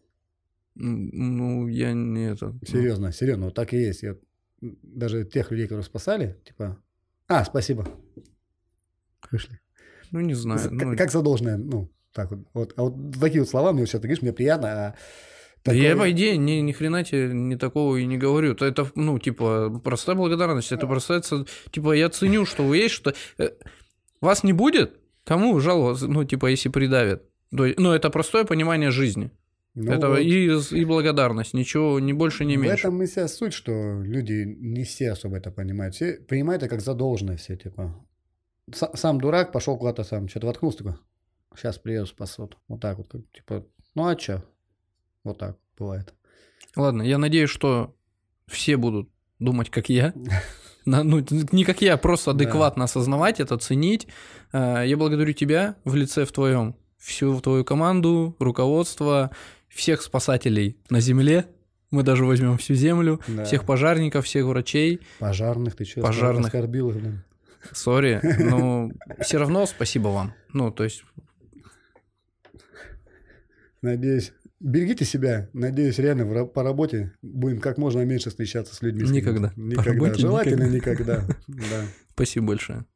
Ну, я не это... Серьезно, серьезно, вот так и есть. Я, даже тех людей, которые спасали, типа, а, спасибо. Пришли. Ну, не знаю. Как, ну... как задолженное, ну, так вот. вот. А вот такие вот слова мне сейчас, ты говоришь, мне приятно, а... Такое... Я, по идее, ни, ни хрена тебе не такого и не говорю. Это, ну, типа, простая благодарность. Это простая... Типа, я ценю, что вы есть, что... Вас не будет? Кому жаловаться? Ну, типа, если придавят. Ну, это простое понимание жизни. Ну, это вот. и, и благодарность. Ничего, ни больше, ни меньше. В этом и вся суть, что люди не все особо это понимают. Все понимают это как задолженность. Все, типа... Сам дурак пошел куда-то сам, что-то воткнулся, такой, сейчас приеду, спасут. Вот так вот. Типа, ну, а что? Вот так бывает. Ладно, я надеюсь, что все будут думать, как я. Ну, не как я, просто адекватно осознавать это, ценить. Я благодарю тебя в лице в твоем, всю твою команду, руководство, всех спасателей на земле. Мы даже возьмем всю землю, да. Всех пожарников, всех врачей. Пожарных, ты что, пожарных. Оскорбил их, блин. Сори, но все равно спасибо вам. Ну, то есть... Надеюсь, берегите себя. Надеюсь, реально по работе будем как можно меньше встречаться с людьми. Никогда. Никогда. Желательно никогда. Да. Спасибо большое.